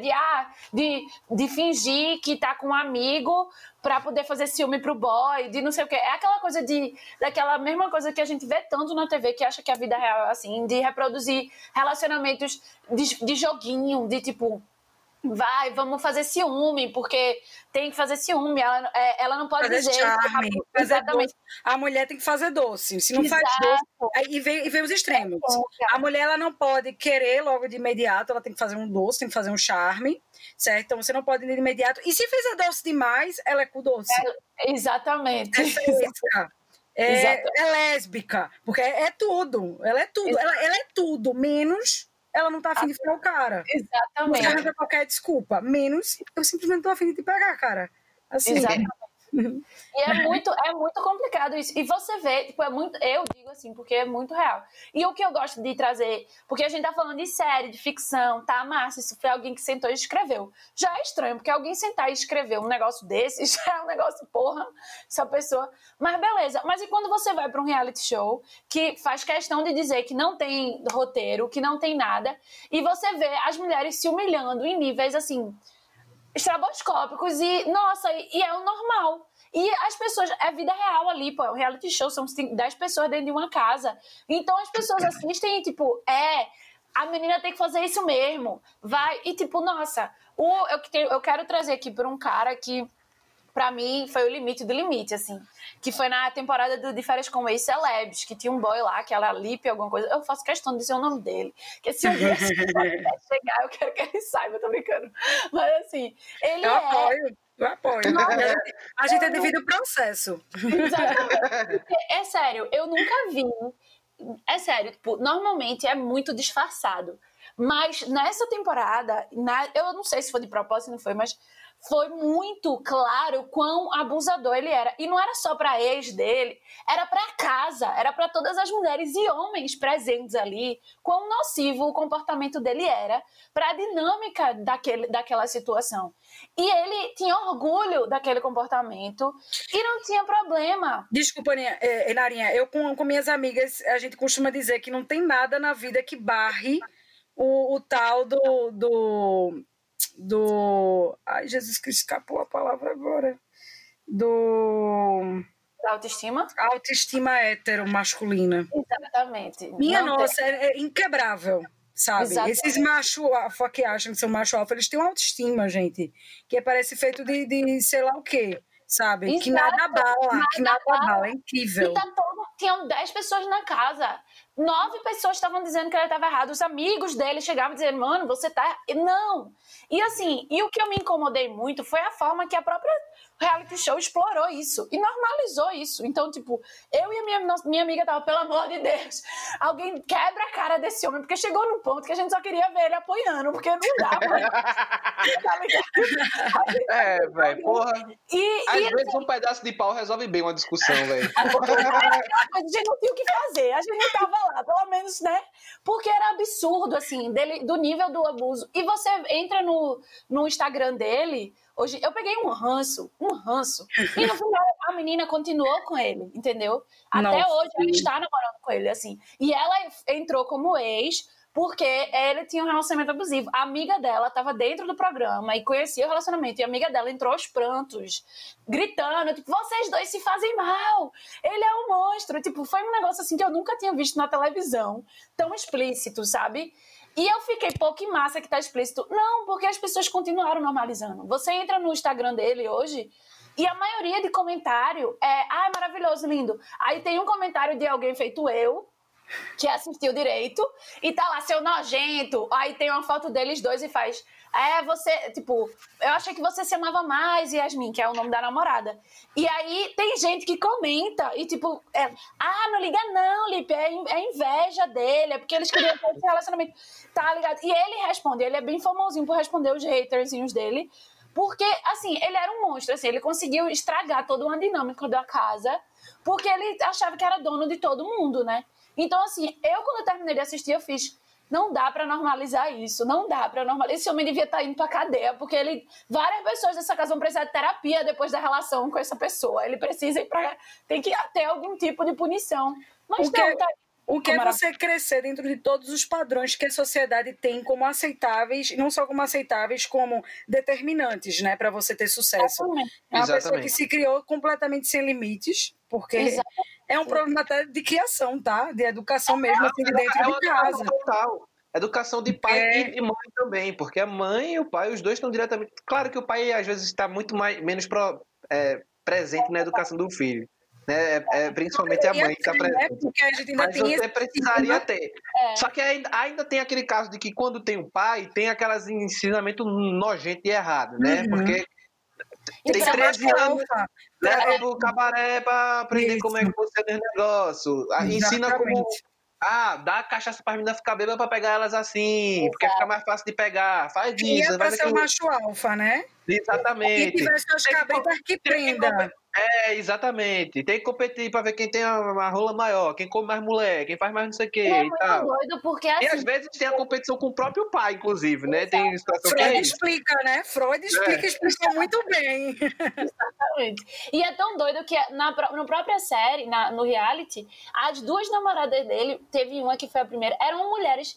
De fingir que tá com um amigo para poder fazer ciúme pro boy, de não sei o quê. É aquela coisa daquela mesma coisa que a gente vê tanto na TV, que acha que a vida real é assim, de reproduzir relacionamentos de joguinho, de tipo... vamos fazer ciúme, porque tem que fazer ciúme, ela não pode fazer dizer... charme, exatamente. Doce. A mulher tem que fazer doce, se não faz doce... E vem os extremos. A mulher, ela não pode querer logo de imediato, ela tem que fazer um doce, tem que fazer um charme, certo? Então você não pode ir de imediato. E se fizer doce demais, ela é com doce. Exatamente. É fresca. É lésbica, porque é tudo. Ela é tudo. Ela é tudo, menos... ela não tá afim de ficar o cara. Exatamente. Você arranja qualquer desculpa. Menos, eu simplesmente tô afim de te pegar, cara. Assim. Exatamente. E é muito complicado isso. E você vê, tipo, eu digo assim, porque é muito real. E o que eu gosto de trazer, porque a gente tá falando de série, de ficção, tá massa, isso foi alguém que sentou e escreveu. Já é estranho, porque alguém sentar e escrever um negócio desse, já é um negócio, porra, essa pessoa... Mas beleza, mas e quando você vai pra um reality show que faz questão de dizer que não tem roteiro, que não tem nada, e você vê as mulheres se humilhando em níveis, assim... estraboscópicos e, nossa, e é o normal. E as pessoas, é vida real ali, pô, o reality show são 10 pessoas dentro de uma casa. Então as pessoas assistem e, tipo, a menina tem que fazer isso mesmo. Vai, e tipo, nossa, eu quero trazer aqui por um cara que, pra mim, foi o limite do limite, assim. Que foi na temporada de Férias com Ex-Celebs, que tinha um boy lá, que era Lipe, alguma coisa. Eu faço questão de dizer o nome dele. Porque se um dia chegar, eu quero que ele saiba, eu tô brincando. Mas assim, ele Eu apoio. A gente é devido ao processo. Exatamente. É sério, eu nunca vi. É sério, tipo, normalmente é muito disfarçado. Mas nessa temporada, eu não sei se foi de propósito, não foi, mas foi muito claro quão abusador ele era. E não era só para ex dele, era para casa, era para todas as mulheres e homens presentes ali, quão nocivo o comportamento dele era para a dinâmica daquela situação. E ele tinha orgulho daquele comportamento e não tinha problema. Desculpa, Narinha, eu com minhas amigas, a gente costuma dizer que não tem nada na vida que barre o tal do... Ai, Jesus Cristo, escapou a palavra agora. Da autoestima? Autoestima hétero masculina. Exatamente. Minha nossa, é inquebrável, sabe? Exatamente. Esses macho alfa que acham que são macho alfa, eles têm uma autoestima, gente, que parece feito de sei lá o quê, sabe? Exato. Que nada abala, é incrível. E tinham 10 pessoas na casa. 9 pessoas estavam dizendo que ele estava errado. Os amigos dele chegavam dizendo, mano, você tá... Não. E assim, o que eu me incomodei muito foi a forma que a própria reality show explorou isso e normalizou isso. Então, tipo, eu e a minha amiga tava, pelo amor de Deus, alguém quebra a cara desse homem, porque chegou num ponto que a gente só queria ver ele apoiando, porque não dá pra... velho, porra. Às vezes assim, um pedaço de pau resolve bem uma discussão, velho. A gente não tinha o que fazer, a gente não tava lá, pelo menos, né? Porque era absurdo, assim, do nível do abuso. E você entra no Instagram dele, hoje, eu peguei um ranço, e no final a menina continuou com ele, entendeu? Até hoje ela está namorando com ele, assim. E ela entrou como ex, porque ele tinha um relacionamento abusivo. A amiga dela estava dentro do programa e conhecia o relacionamento. E a amiga dela entrou aos prantos, gritando, tipo, vocês dois se fazem mal. Ele é um monstro. Tipo, foi um negócio assim que eu nunca tinha visto na televisão. Tão explícito, sabe? E eu fiquei, pô, que massa que tá explícito. Não, porque as pessoas continuaram normalizando. Você entra no Instagram dele hoje... E a maioria de comentário é maravilhoso, lindo. Aí tem um comentário de alguém feito eu, que assistiu direito, e tá lá, seu nojento. Aí tem uma foto deles dois e faz... você... Tipo, eu achei que você se amava mais, Yasmin, que é o nome da namorada. E aí tem gente que comenta e tipo... não liga não, Lipe, é inveja dele, é porque eles queriam ter esse relacionamento. Tá ligado? E ele responde, ele é bem famosinho por responder os haterzinhos dele. Porque, assim, ele era um monstro, assim, ele conseguiu estragar toda uma dinâmica da casa, porque ele achava que era dono de todo mundo, né? Então, assim, quando eu terminei de assistir, eu fiz, não dá pra normalizar isso, não dá pra normalizar. Esse homem devia estar indo pra cadeia, porque várias pessoas dessa casa vão precisar de terapia depois da relação com essa pessoa. Ele precisa ir pra... Tem que ter algum tipo de punição. Mas O que é você crescer dentro de todos os padrões que a sociedade tem como aceitáveis, não só como aceitáveis, como determinantes, né, para você ter sucesso. É uma pessoa que se criou completamente sem limites, porque é um problema até de criação, tá? De educação mesmo, assim, de dentro de casa. Total. Educação de pai e mãe também, porque a mãe e o pai, os dois estão diretamente... Claro que o pai, às vezes, está muito menos presente na educação do filho. Né? Principalmente a mãe que está presente. Porque a gente ainda mas você precisaria ter. Só que ainda tem aquele caso de que quando tem o pai, tem aquelas ensinamento nojento e errado, né? Porque tem 13 anos, leva pro cabaré para aprender como é que funciona o negócio. Ensina como... dá a cachaça para as meninas ficar bêbadas para pegar elas assim, porque fica mais fácil de pegar. Faz isso. E é para ser um macho alfa, né? Exatamente. E tiver suas cabeças que prenda. Exatamente. Tem que competir pra ver quem tem uma rola maior, quem come mais mulher, quem faz mais não sei o quê. É muito doido, porque assim... E às vezes tem a competição com o próprio pai, inclusive, né? Tem situação Freud que é isso. explica, né? Freud explica muito bem. Exatamente. E é tão doido que na própria série, no reality, as duas namoradas dele, teve uma que foi a primeira, eram mulheres...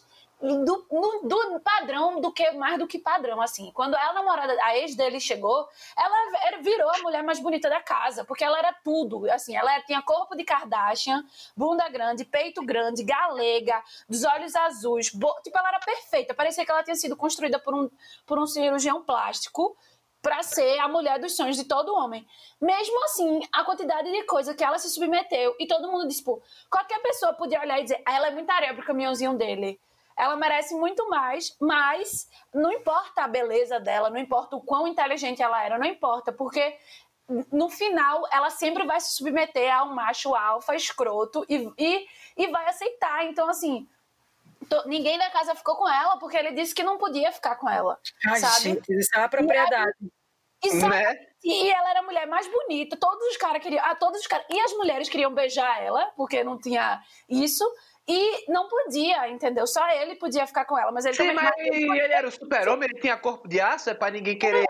Do padrão, mais do que padrão, assim. Quando a ex dele chegou, ela virou a mulher mais bonita da casa, porque ela era tudo, assim, ela tinha corpo de Kardashian, bunda grande, peito grande, galega, dos olhos azuis, tipo, ela era perfeita, parecia que ela tinha sido construída por um cirurgião plástico pra ser a mulher dos sonhos de todo homem. Mesmo assim, a quantidade de coisa que ela se submeteu, e todo mundo disse, pô, qualquer pessoa podia olhar e dizer, ela é muita areia pro caminhãozinho dele. Ela merece muito mais, mas não importa a beleza dela, não importa o quão inteligente ela era, não importa, porque no final ela sempre vai se submeter a um macho alfa escroto e vai aceitar. Então, assim, ninguém da casa ficou com ela porque ele disse que não podia ficar com ela, sabe? Gente, isso é uma propriedade. Né? E ela era a mulher mais bonita, todos os caras queriam, e as mulheres queriam beijar ela, porque não tinha isso, e não podia, entendeu? Só ele podia ficar com ela, mas ele Sim, também... mas ele era o super-homem, ele tinha corpo de aço, é pra ninguém querer...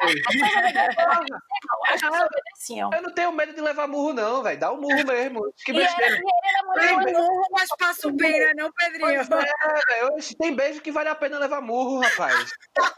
As pessoas obedeciam. Eu não tenho medo de levar murro, não, velho. Dá um murro mesmo. Que E ele besteira. era muito Mas passo bem, né, não, Pedrinho? Pois é, velho. Tem beijo que vale a pena levar murro, rapaz.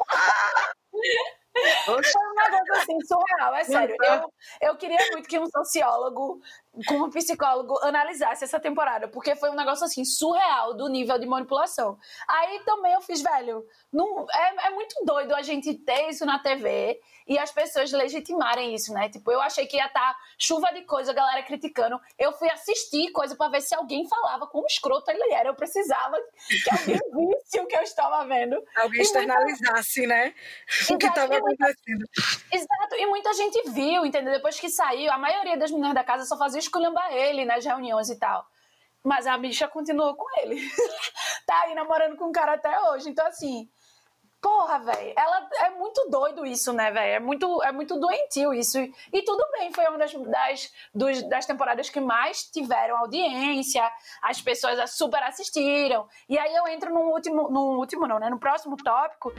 Oxe. Foi um negócio assim, surreal, é sério. Eu queria muito que um sociólogo, com um psicólogo, analisasse essa temporada, porque foi um negócio assim, surreal do nível de manipulação. Aí também eu fiz, velho, é muito doido a gente ter isso na TV e as pessoas legitimarem isso, né? Tipo, eu achei que ia estar chuva de coisa, a galera criticando. Eu fui assistir coisa pra ver se alguém falava como escroto ele era. Eu precisava que alguém visse o que eu estava vendo. Alguém externalizasse, né? O que estava acontecendo. Exato, e muita gente viu, entendeu? Depois que saiu, a maioria das meninas da casa só fazia esculhambar ele nas reuniões e tal. Mas a bicha continuou com ele. Tá aí namorando com o cara até hoje. Então, assim, porra, velho, é muito doido isso, né, velho? É muito doentio isso. E tudo bem, foi uma das temporadas que mais tiveram audiência, as pessoas super assistiram. E aí eu entro no próximo tópico.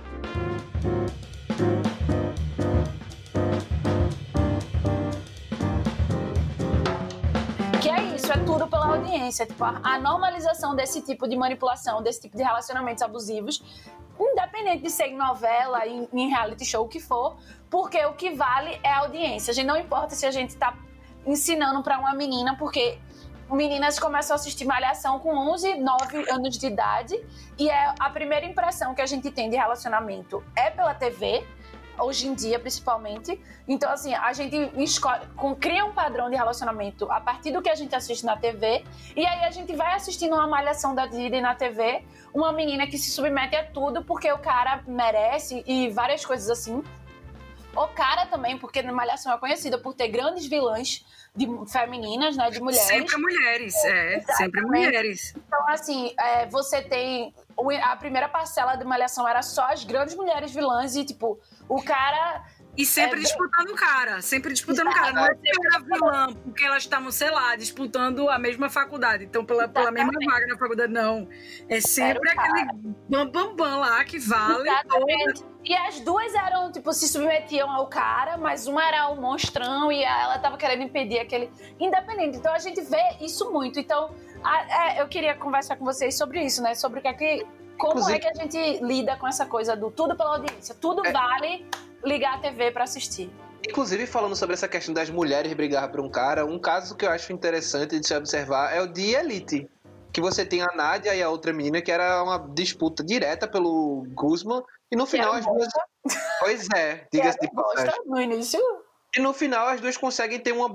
Que é isso, é tudo pela audiência. Tipo, a normalização desse tipo de manipulação, desse tipo de relacionamentos abusivos, independente de ser em novela, em reality show, o que for, porque o que vale é a audiência. A gente não importa se a gente tá ensinando pra uma menina, porque meninas começam a assistir Malhação com 11, 9 anos de idade, e a primeira impressão que a gente tem de relacionamento é pela TV, hoje em dia, principalmente. Então, assim, a gente cria um padrão de relacionamento a partir do que a gente assiste na TV, e aí a gente vai assistindo uma Malhação da Disney na TV, uma menina que se submete a tudo porque o cara merece, e várias coisas assim. O cara também, porque na Malhação é conhecida por ter grandes vilãs femininas, né, de mulheres. Sempre mulheres, sempre mulheres. Então, assim, você tem... A primeira parcela de Malhação era só as grandes mulheres vilãs e, tipo, o cara... E sempre disputando o cara, sempre disputando o cara. Não é porque era vilã, porque elas estavam, sei lá, disputando a mesma faculdade. Então, pela mesma vaga na faculdade, não. É sempre aquele bam lá que vale. Exatamente. E as duas eram, tipo, se submetiam ao cara, mas uma era um monstrão e ela tava querendo impedir aquele... Independente. Então, a gente vê isso muito. Então, eu queria conversar com vocês sobre isso, né? Sobre como é que a gente lida com essa coisa do tudo pela audiência. Tudo vale ligar a TV pra assistir. Inclusive, falando sobre essa questão das mulheres brigar por um cara, um caso que eu acho interessante de se observar é o de Elite. Que você tem a Nádia e a outra menina, que era uma disputa direta pelo Guzman, e no final as duas... Pois é, diga-se de passagem. No início... E no final as duas conseguem ter um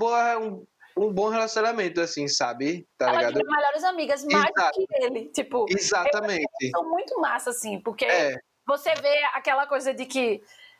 bom relacionamento, assim, sabe? Tá Elas ligado? viram melhores amigas, mais do que ele. Tipo, exatamente. São muito massa, assim, porque você vê aquela coisa de que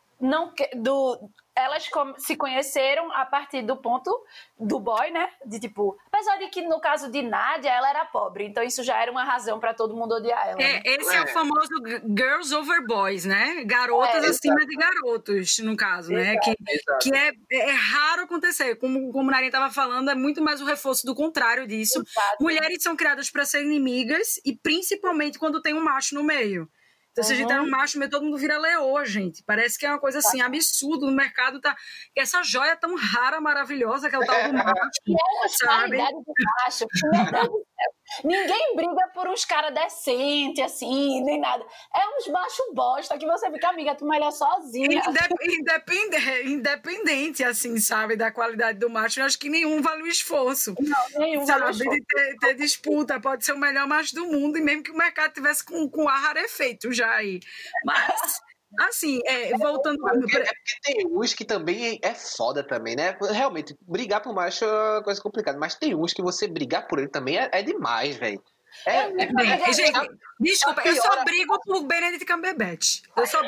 elas se conheceram a partir do ponto do boy, né? De tipo, apesar de que no caso de Nádia, ela era pobre, então isso já era uma razão pra todo mundo odiar ela. Né? Esse é o famoso girls over boys, né? Garotas acima de garotos, no caso, né? Que é raro acontecer. Como Narinha estava falando, é muito mais o reforço do contrário disso. Exato. Mulheres são criadas pra ser inimigas e principalmente quando tem um macho no meio. Então, se a gente tá no macho, todo mundo vira leoa, gente. Parece que é uma coisa assim, absurda. No mercado tá... Essa joia tão rara, maravilhosa, que é o tal do macho. E é a qualidade do macho. Meu Deus do céu. Ninguém briga por uns caras decentes, assim, nem nada. É uns machos bosta que você fica, amiga, tu malha sozinha. Independente, assim, sabe, da qualidade do macho. Eu acho que nenhum vale o esforço. Não, nenhum vale o esforço. De ter disputa. Pode ser o melhor macho do mundo, e mesmo que o mercado tivesse com ar rarefeito já aí. Mas... Assim, voltando... Porque tem uns que também é foda também, né? Realmente, brigar por macho é uma coisa complicada, mas tem uns que você brigar por ele também é demais, velho. Gente, desculpa, eu só brigo por Benedict Cumberbatch.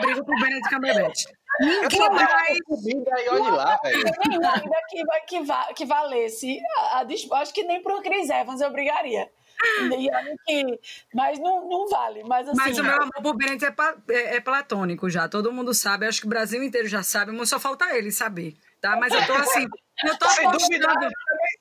Ninguém mais... E olha lá, velho. Nenhum ainda que valesse. Acho que nem pro Chris Evans eu brigaria. Mas não vale. Mas, assim, mas o meu amor por Bennett é platônico já. Todo mundo sabe. Acho que o Brasil inteiro já sabe. Mas só falta ele saber. Tá? Mas eu tô assim... Eu tô apostando...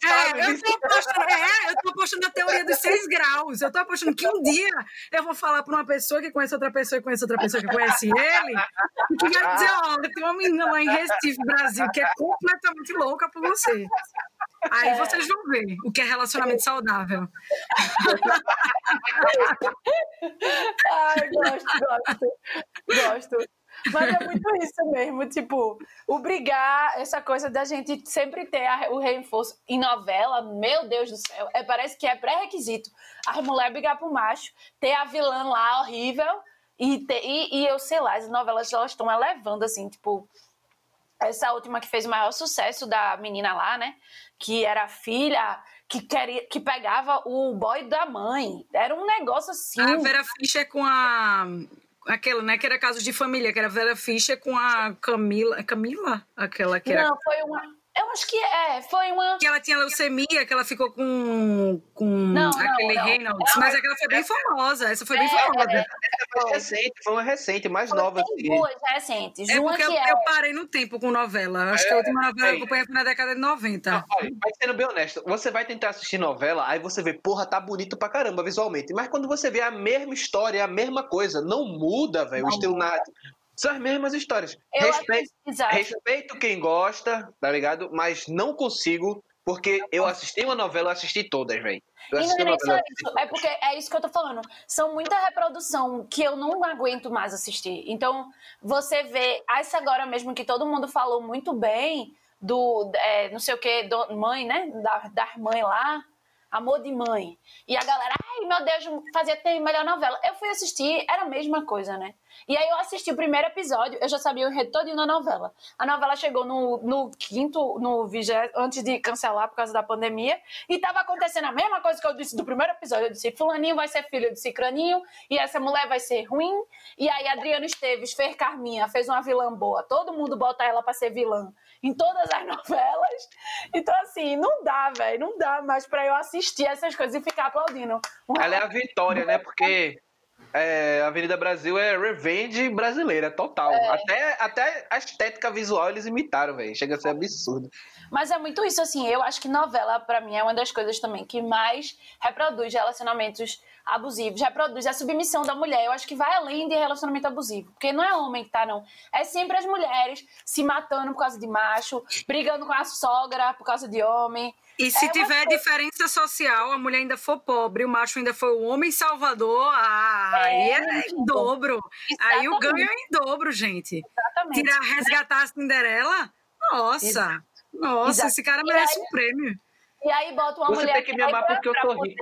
eu tô apostando na teoria dos 6 graus. Eu tô apostando que um dia eu vou falar pra uma pessoa que conhece outra pessoa, que conhece outra pessoa que conhece ele, e que vai dizer, tem uma menina lá em Recife, Brasil, que é completamente louca por você. Aí vocês vão ver o que é relacionamento saudável. Ai, gosto. Mas é muito isso mesmo, tipo, essa coisa da gente sempre ter o reforço em novela, meu Deus do céu, parece que é pré-requisito. As mulheres brigar pro macho, ter a vilã lá horrível, e eu sei lá, as novelas elas estão elevando, assim, tipo, essa última que fez o maior sucesso da menina lá, né, que era a filha... Que pegava o boy da mãe. Era um negócio assim. A Vera Fischer com aquela, né, que era Casos de Família, que era a Vera Fischer com a Camila? Aquela que era... Não, foi uma... Eu acho que foi uma... Que ela tinha leucemia, que ela ficou com aquele Reynolds. Mas aquela foi bem famosa. Essa foi bem famosa. Foi uma recente, mais nova. Tem duas recentes. É porque eu parei no tempo com novela. Acho que a última novela que eu acompanhei foi na década de 90. Não, olha, mas sendo bem honesto, você vai tentar assistir novela, aí você vê, porra, tá bonito pra caramba visualmente. Mas quando você vê a mesma história, a mesma coisa, não muda, velho, o estilo narrativo. São as mesmas histórias. Respeito quem gosta, tá ligado? Mas não consigo, porque eu assisti uma novela, eu assisti todas, velho. É porque é isso que eu tô falando. São muita reprodução que eu não aguento mais assistir. Então, você vê... Essa agora mesmo que todo mundo falou muito bem do... não sei o que, mãe, né? Da mãe lá. Amor de Mãe. E a galera, ai meu Deus, fazia ter melhor novela. Eu fui assistir, era a mesma coisa, né? E aí eu assisti o primeiro episódio, eu já sabia o enredo todinho da novela. A novela chegou no 20º, antes de cancelar por causa da pandemia, e tava acontecendo a mesma coisa que eu disse do primeiro episódio. Eu disse, fulaninho vai ser filho de cicraninho, e essa mulher vai ser ruim. E aí Adriana Esteves fez Carminha, fez uma vilã boa. Todo mundo bota ela pra ser vilã em todas as novelas. Então, assim, não dá, velho. Não dá mais pra eu assistir essas coisas e ficar aplaudindo. Ela é a vitória, né? Porque a Avenida Brasil é revenge brasileira, total. Até a estética visual eles imitaram, velho. Chega a ser absurdo. Mas é muito isso, assim. Eu acho que novela, pra mim, é uma das coisas também que mais reproduz relacionamentos abusivos, reproduz a submissão da mulher. Eu acho que vai além de relacionamento abusivo. Porque não é homem que tá, não. É sempre as mulheres se matando por causa de macho, brigando com a sogra por causa de homem. E se tiver diferença social, a mulher ainda for pobre, o macho ainda for o homem salvador, aí é em dobro. Exatamente. Aí o ganho é em dobro, gente. Exatamente. Resgatar a Cinderela? Nossa, Exato. Esse cara merece um prêmio. E aí bota uma mulher... Você tem que me amar porque eu sou rico.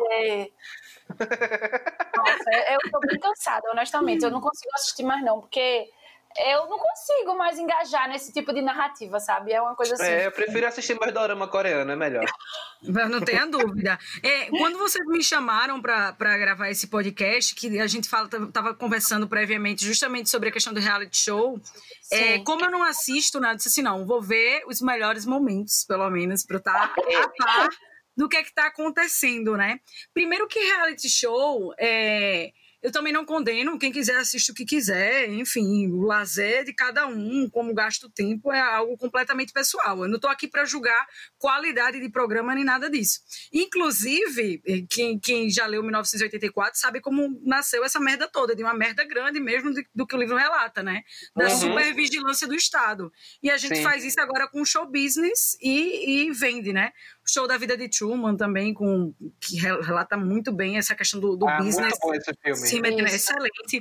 Nossa, eu tô bem cansada, honestamente. Eu não consigo assistir mais, não, porque eu não consigo mais engajar nesse tipo de narrativa, sabe? É uma coisa assim. Eu prefiro assistir mais dorama coreano, é melhor. Não tenha dúvida. Quando vocês me chamaram para gravar esse podcast, que a gente estava conversando previamente justamente sobre a questão do reality show, como eu não assisto nada, eu disse assim, não, vou ver os melhores momentos, pelo menos, para estar a par do que está acontecendo, né? Primeiro que reality show, eu também não condeno, quem quiser assiste o que quiser, enfim, o lazer de cada um, como gasta o tempo, é algo completamente pessoal. Eu não estou aqui para julgar qualidade de programa nem nada disso. Inclusive, quem já leu 1984 sabe como nasceu essa merda toda, de uma merda grande mesmo do que o livro relata, né? Da supervigilância do Estado. E a gente faz isso agora com show business e vende, né? O Show da Vida de Truman também, que relata muito bem essa questão do business. Muito bom esse filme. Sim, é excelente.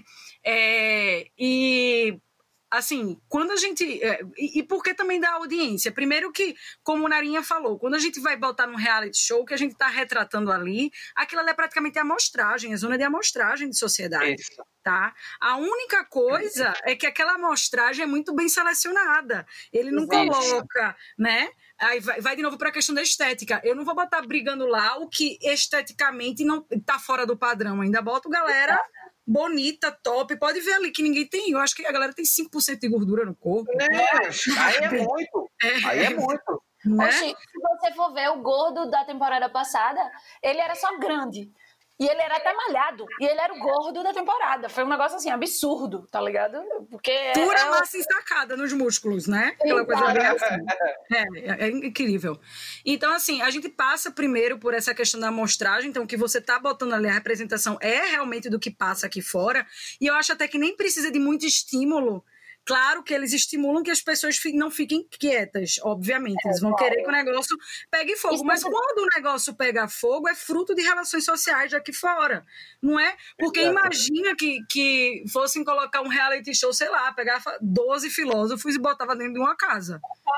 E, assim, quando a gente... E por que também dá audiência? Primeiro que, como o Narinha falou, quando a gente vai botar num reality show, que a gente está retratando ali, aquilo ali é praticamente a amostragem, a zona de amostragem de sociedade. Isso. Tá? A única coisa é que aquela amostragem é muito bem selecionada. Ele não coloca, né? Aí vai de novo para a questão da estética. Eu não vou botar brigando lá o que esteticamente não tá fora do padrão. Ainda boto galera bonita, top. Pode ver ali que ninguém tem. Eu acho que a galera tem 5% de gordura no corpo. Aí é muito. Aí é muito. Né? Oxi, se você for ver o gordo da temporada passada, ele era só grande. E ele era até malhado. E ele era o gordo da temporada. Foi um negócio assim, absurdo, tá ligado? Porque pura massa ensacada nos músculos, né? Aquela coisa bem assim. É incrível. Então, assim, a gente passa primeiro por essa questão da amostragem. Então, o que você tá botando ali, a representação é realmente do que passa aqui fora. E eu acho até que nem precisa de muito estímulo. Claro que eles estimulam que as pessoas não fiquem quietas, obviamente. Eles vão querer que o negócio pegue fogo. Mas quando o negócio pega fogo, é fruto de relações sociais aqui fora, não é? Porque imagina que fossem colocar um reality show, sei lá, pegava 12 filósofos e botava dentro de uma casa.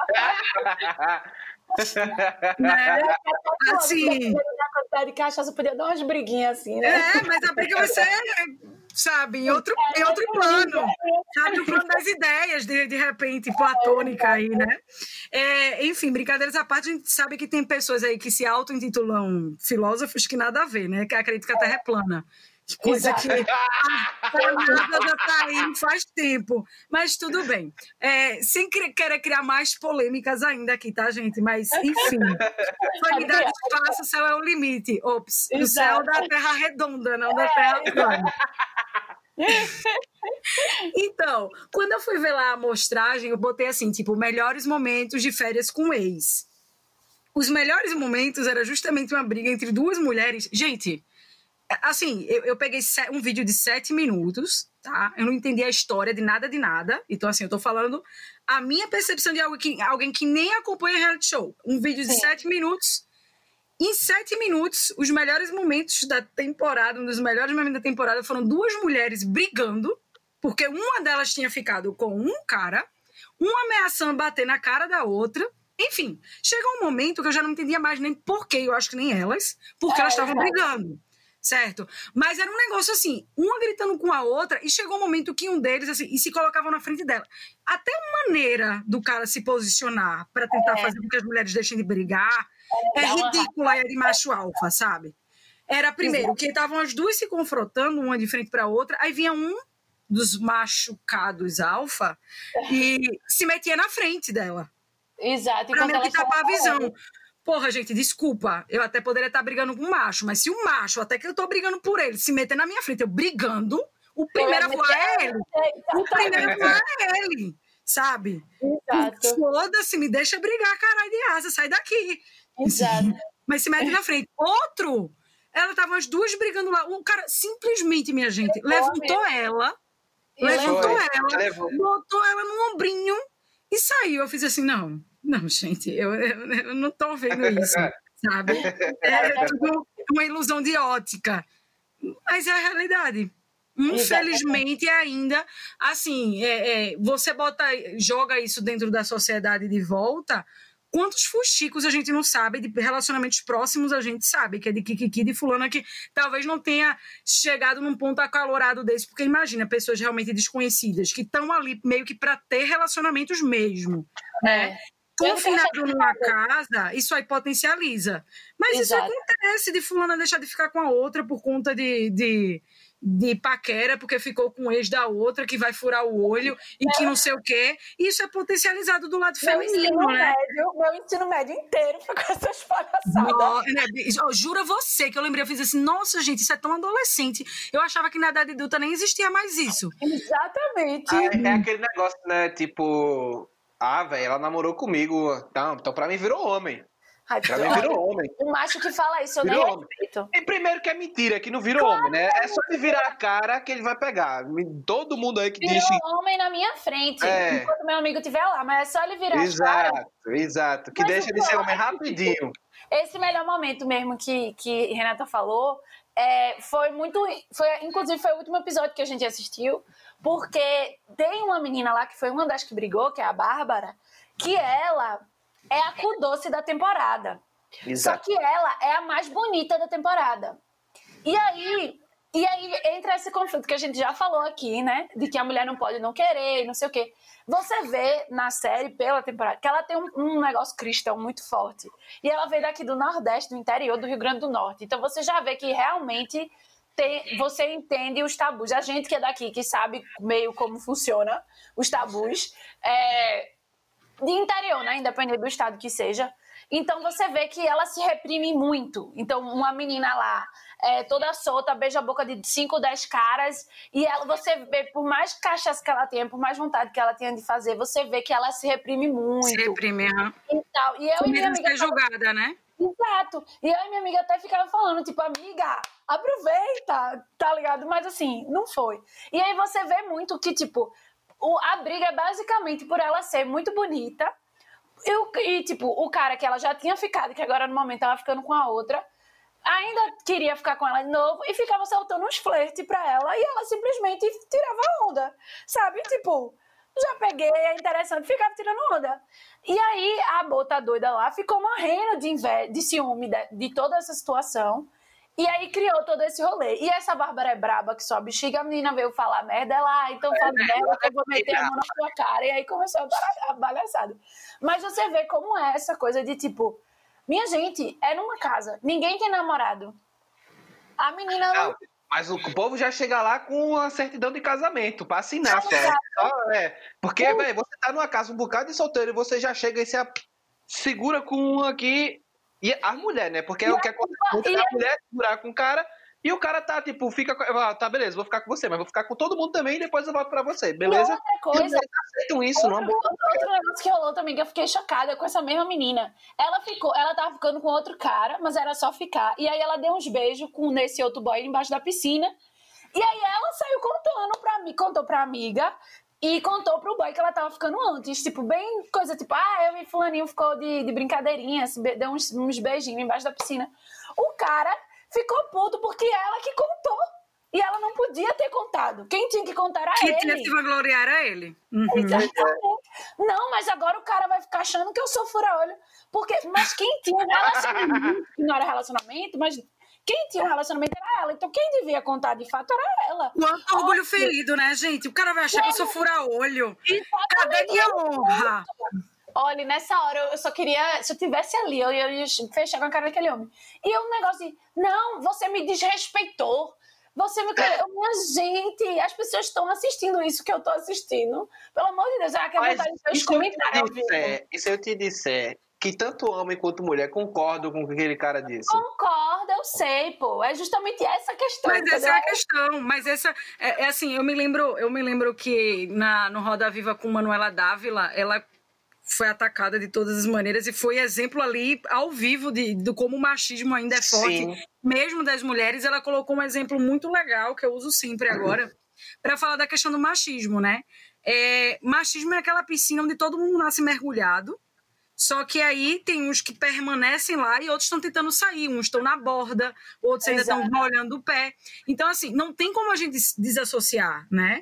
Né? Assim, a quantidade de cachaça podia dar umas briguinhas assim, né? Mas a briga vai ser, sabe, em outro plano, sabe, o plano das ideias, de repente, platônica aí, né? Enfim, brincadeiras à parte, a gente sabe que tem pessoas aí que se auto-intitulam filósofos que nada a ver, né? Que acreditam que a Terra é plana. Coisa que a nada já tá aí faz tempo. Mas tudo bem. Sem querer criar mais polêmicas ainda aqui, tá, gente? Mas, enfim. Humanidade espaço, o céu é o limite. Ops, o céu da Terra redonda, não da Terra plana. Então, quando eu fui ver lá a amostragem, eu botei assim, tipo, melhores momentos de férias com ex. Os melhores momentos era justamente uma briga entre duas mulheres. Gente, assim, eu peguei um vídeo de 7 minutos, tá? Eu não entendi a história de nada. Então, assim, eu tô falando a minha percepção de alguém que nem acompanha reality show. Um vídeo de 7 minutos. Em 7 minutos, os melhores momentos da temporada, um dos melhores momentos da temporada foram duas mulheres brigando, porque uma delas tinha ficado com um cara, uma ameaçando bater na cara da outra. Enfim, chegou um momento que eu já não entendia mais nem porquê, eu acho que nem elas, porque elas estavam brigando. Certo? Mas era um negócio assim, uma gritando com a outra, e chegou um momento que um deles, assim, e se colocava na frente dela. Até a maneira do cara se posicionar para tentar fazer com que as mulheres deixem de brigar é ridícula, é de macho alfa, sabe? Era primeiro que estavam as duas se confrontando, uma de frente para a outra, aí vinha um dos machucados alfa e se metia na frente dela. Exato. Pra meio que tapar a visão. Porra, gente, desculpa, eu até poderia estar brigando com um macho, mas se o macho, até que eu tô brigando por ele, se meter na minha frente, eu brigando, o primeiro a voar é ele. O primeiro a voar é ele, sabe? Exato. Foda-se, me deixa brigar, caralho de asa, sai daqui. Exato. Mas se mete na frente. Outro, ela tava as duas brigando lá, o cara simplesmente, minha gente, levantou ela, botou ela no ombrinho e saiu. Eu fiz assim, não, gente, eu não tô vendo isso, sabe? É tudo uma ilusão de ótica. Mas é a realidade. Infelizmente, ainda, assim, você joga isso dentro da sociedade de volta, quantos fuxicos a gente não sabe, de relacionamentos próximos a gente sabe, que é de Kikiki, de fulana, que talvez não tenha chegado num ponto acalorado desse, porque imagina, pessoas realmente desconhecidas, que estão ali meio que para ter relacionamentos mesmo, né? Confinado numa casa, isso aí potencializa. Mas isso acontece de fulana deixar de ficar com a outra por conta de paquera, porque ficou com o ex da outra, que vai furar o olho e que não sei o quê. Isso é potencializado do lado feminino, né? Meu ensino médio inteiro foi com essas palhaçadas. Jura você que eu lembrei, eu fiz assim, nossa, gente, isso é tão adolescente. Eu achava que na idade adulta nem existia mais isso. Exatamente. É aquele negócio, né, tipo... velho, ela namorou comigo. Então pra mim virou homem. Pra mim virou homem. O macho que fala isso, eu nem respeito. E primeiro que é mentira, que não virou homem, né? É só ele virar a cara que ele vai pegar. Todo mundo aí que diz... Virou homem na minha frente, enquanto meu amigo estiver lá. Mas é só ele virar a cara. Exato. Que deixa de ser homem rapidinho. Esse melhor momento mesmo que Renata falou... inclusive foi o último episódio que a gente assistiu, porque tem uma menina lá que foi uma das que brigou, que é a Bárbara, que ela é a cu doce da temporada. Exato. Só que ela é a mais bonita da temporada. E aí entra esse conflito que a gente já falou aqui, né? De que a mulher não pode não querer, não sei o quê. Você vê na série, pela temporada, que ela tem um negócio cristão muito forte. E ela veio daqui do Nordeste, do interior do Rio Grande do Norte. Então você já vê que realmente você entende os tabus. A gente que é daqui, que sabe meio como funciona os tabus, de interior, né? Independente do estado que seja. Então você vê que ela se reprime muito. Então uma menina lá, toda solta, beija a boca de 5, 10 caras, e você vê, por mais cachaça que ela tenha, por mais vontade que ela tenha de fazer, você vê que ela se reprime muito. Se reprime, e eu com e minha medo de amiga ser julgada, né? Exato. E eu e minha amiga até ficava falando, tipo, amiga, aproveita, tá ligado? Mas assim, não foi. E aí você vê muito que, tipo, a briga é basicamente por ela ser muito bonita. E, tipo, o cara que ela já tinha ficado, que agora no momento ela ficando com a outra, ainda queria ficar com ela de novo e ficava soltando uns flertes pra ela e ela simplesmente tirava onda, sabe? Tipo, já peguei, é interessante, ficava tirando onda. E aí a bota doida lá ficou morrendo de inveja, de ciúme de toda essa situação. E aí criou todo esse rolê. E essa Bárbara é braba, que só bexiga, a menina veio falar merda, ela, então fala merda que eu vou meter a mão na sua cara. E aí começou a bagaçada. Mas você vê como é essa coisa de tipo, minha gente, é numa casa, ninguém tem namorado. A menina não... Mas o povo já chega lá com a certidão de casamento, pra assinar só. Porque, velho, você tá numa casa um bocado de solteiro e você já chega e se segura com um aqui... E as mulheres, né? Porque o que acontece, a mulher segurar com o cara e o cara tá, tipo, tá, beleza, vou ficar com você, mas vou ficar com todo mundo também e depois eu volto pra você, beleza? E outra coisa... Eles aceitam isso, não é bom. Outro negócio que rolou também, que eu fiquei chocada com essa mesma menina. Ela tava ficando com outro cara, mas era só ficar. E aí ela deu uns beijos nesse outro boy embaixo da piscina. E aí ela saiu contou pra amiga... E contou pro boy que ela tava ficando antes. Tipo, bem coisa tipo... eu e fulaninho ficou de brincadeirinha. Deu uns beijinhos embaixo da piscina. O cara ficou puto porque ela que contou. E ela não podia ter contado. Quem tinha que contar era ele. Quem tinha que se vangloriar era ele. Exatamente. Não, mas agora o cara vai ficar achando que eu sou fura-olho. Mas quem tinha relacionamento... Não era relacionamento, mas... Quem tinha um relacionamento era ela. Então, quem devia contar de fato era ela. Quanto orgulho ferido, né, gente? O cara vai achar que eu sou fura-olho. Cadê minha honra? Olha, nessa hora eu só queria... Se eu tivesse ali, eu ia fechar com a cara daquele homem. E o negócio de... Não, você me desrespeitou. Você me... Minha gente, as pessoas estão assistindo isso que eu tô assistindo. Pelo amor de Deus, eu quero botar nos seus comentários. E se eu te disser que tanto homem quanto mulher concordam com o que aquele cara disse? Concorda, eu sei, pô. É justamente essa a questão. Mas essa é a questão. Mas essa... É assim, eu me lembro que no Roda Viva com Manuela Dávila, ela foi atacada de todas as maneiras e foi exemplo ali, ao vivo, de como o machismo ainda é forte. Sim. Mesmo das mulheres, ela colocou um exemplo muito legal, que eu uso sempre agora, para falar da questão do machismo, né? Machismo é aquela piscina onde todo mundo nasce mergulhado, só que aí tem uns que permanecem lá e outros estão tentando sair. Uns estão na borda, outros ainda estão molhando o pé. Então, assim, não tem como a gente desassociar, né?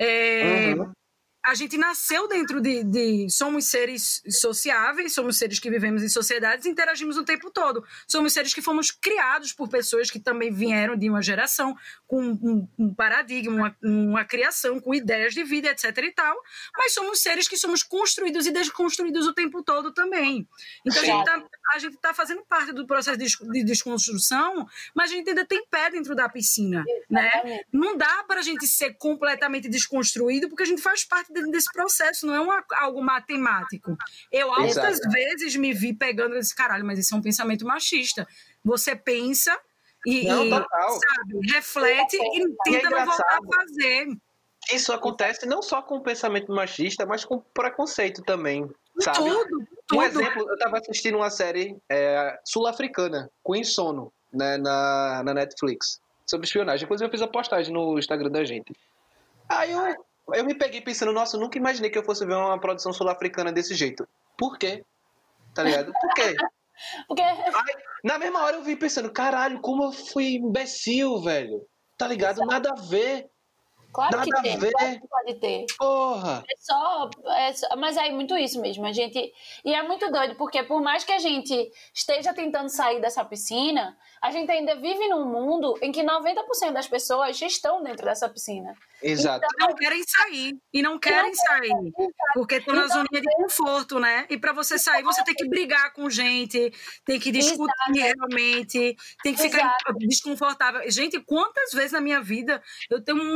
A gente nasceu dentro somos seres sociáveis, somos seres que vivemos em sociedades e interagimos o tempo todo. Somos seres que fomos criados por pessoas que também vieram de uma geração com um paradigma, uma criação, com ideias de vida, etc. e tal. Mas somos seres que somos construídos e desconstruídos o tempo todo também. Então a gente tá fazendo parte do processo de desconstrução, mas a gente ainda tem pé dentro da piscina, né? Não dá para a gente ser completamente desconstruído porque a gente faz parte desse processo, não é algo matemático. Eu altas vezes me vi pegando esse caralho, mas isso é um pensamento machista. Você pensa sabe, reflete e tenta não voltar a fazer. Isso acontece não só com o pensamento machista, mas com preconceito também, sabe? Tudo. Um exemplo, eu estava assistindo uma série sul-africana, Queen Sono, né, na Netflix, sobre espionagem. Inclusive eu fiz a postagem no Instagram da gente. Aí eu me peguei pensando, nossa, eu nunca imaginei que eu fosse ver uma produção sul-africana desse jeito. Por quê? Tá ligado? Por quê? Porque... Aí, na mesma hora eu vim pensando, caralho, como eu fui imbecil, velho. Tá ligado? Nada a ver. Claro Nada que tem, a ver. claro que pode ter. Porra! Mas é muito isso mesmo. E é muito doido, porque por mais que a gente esteja tentando sair dessa piscina, a gente ainda vive num mundo em que 90% das pessoas estão dentro dessa piscina. Exato. Então, não querem sair. E não querem sair. Porque estão na zoninha de conforto, né? E para você sair, você tem que brigar com gente, tem que discutir realmente, tem que ficar desconfortável. Gente, quantas vezes na minha vida eu tenho muitos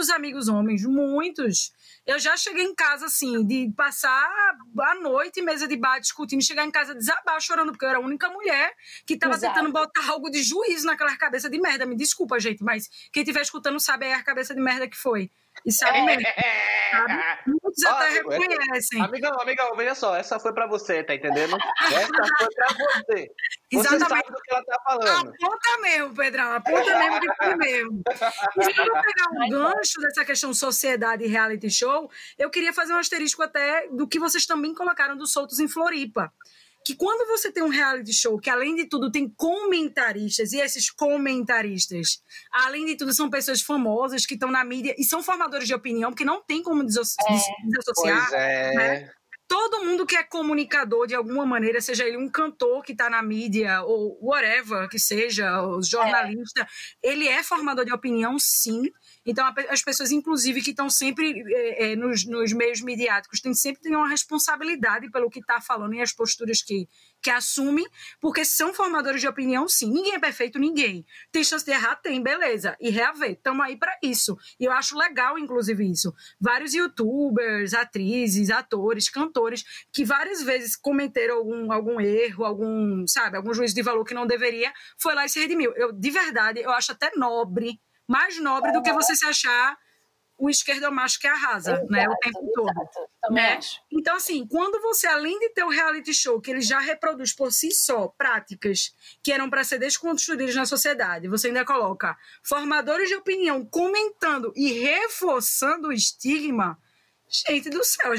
muitos amigos homens, muitos. Eu já cheguei em casa, assim, de passar a noite em mesa de bar discutindo, chegar em casa desabar chorando, porque eu era a única mulher que estava tentando botar algo de juízo naquela cabeça de merda. Me desculpa, gente, mas quem estiver escutando sabe a cabeça de merda que foi. E sabe mesmo. Sabe? Muitos até reconhecem. Amigão, veja só, essa foi pra você, tá entendendo? Essa foi pra você. Você sabe do que ela tá falando. Aponta mesmo, Pedrão, aponta mesmo que foi mesmo. E se eu pegar um gancho dessa questão sociedade e reality show, eu queria fazer um asterisco até do que vocês também colocaram dos Soltos em Floripa. Que quando você tem um reality show que, além de tudo, tem comentaristas, e esses comentaristas, além de tudo, são pessoas famosas que estão na mídia e são formadores de opinião, porque não tem como desassociar. Pois é. Né? Todo mundo que é comunicador, de alguma maneira, seja ele um cantor que está na mídia, ou whatever que seja, o jornalista, ele é formador de opinião, sim. Então, as pessoas, inclusive, que estão sempre nos meios midiáticos, têm uma responsabilidade pelo que está falando e as posturas que assumem, porque são formadores de opinião, sim. Ninguém é perfeito, ninguém. Tem chance de errar? Tem, beleza. E reaver. Estamos aí para isso. E eu acho legal, inclusive, isso. Vários youtubers, atrizes, atores, cantores, que várias vezes cometeram algum erro, algum juízo de valor que não deveria, foi lá e se redimiu. De verdade, eu acho até nobre, mais nobre do que você se achar o esquerdomacho que arrasa, né, o tempo todo. Né? Então, assim, quando você, além de ter o reality show, que ele já reproduz por si só práticas que eram para ser desconstruídas na sociedade, você ainda coloca formadores de opinião comentando e reforçando o estigma, gente do céu,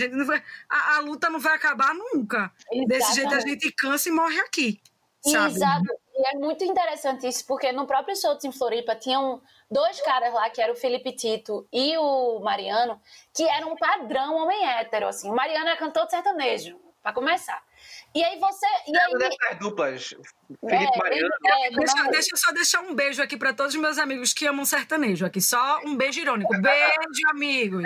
a luta não vai acabar nunca. Exatamente. Desse jeito a gente cansa e morre aqui. Sabe? Exato. E é muito interessante isso, porque no próprio Soltos em Floripa tinham 2 caras lá, que era o Felipe Tito e o Mariano, que eram um padrão homem hétero, assim. O Mariano é cantor de sertanejo, pra começar. E aí você... Dessas duplas, Felipe Mariano... Deixa eu só deixar um beijo aqui para todos os meus amigos que amam sertanejo aqui. Só um beijo irônico. Beijo, amigos.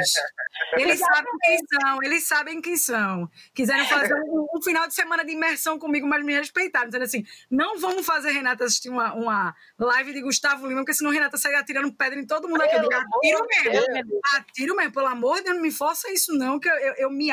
Eles sabem quem são. Quiseram fazer um final de semana de imersão comigo, mas me respeitaram. Dizendo assim, não vamos fazer Renata assistir uma live de Gustavo Lima, porque senão Renata sai atirando pedra em todo mundo aqui. Eu digo, atiro mesmo. Pelo amor de Deus, não me força isso não, que eu me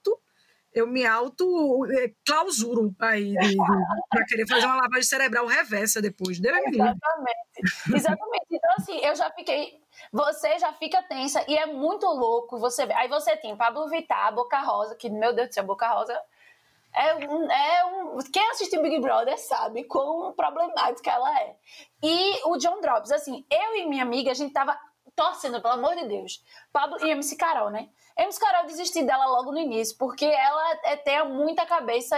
clausuro aí para querer fazer uma lavagem cerebral reversa depois. Exatamente. Então, assim, você já fica tensa e é muito louco você ver. Aí você tem Pablo Vittar, Boca Rosa, que, meu Deus do céu, Boca Rosa quem assistiu Big Brother sabe quão problemática ela é. E o John Drops, assim, eu e minha amiga, a gente tava torcendo, pelo amor de Deus. Pablo e MC Carol, né? MC Carol desisti dela logo no início, porque ela tem muita cabeça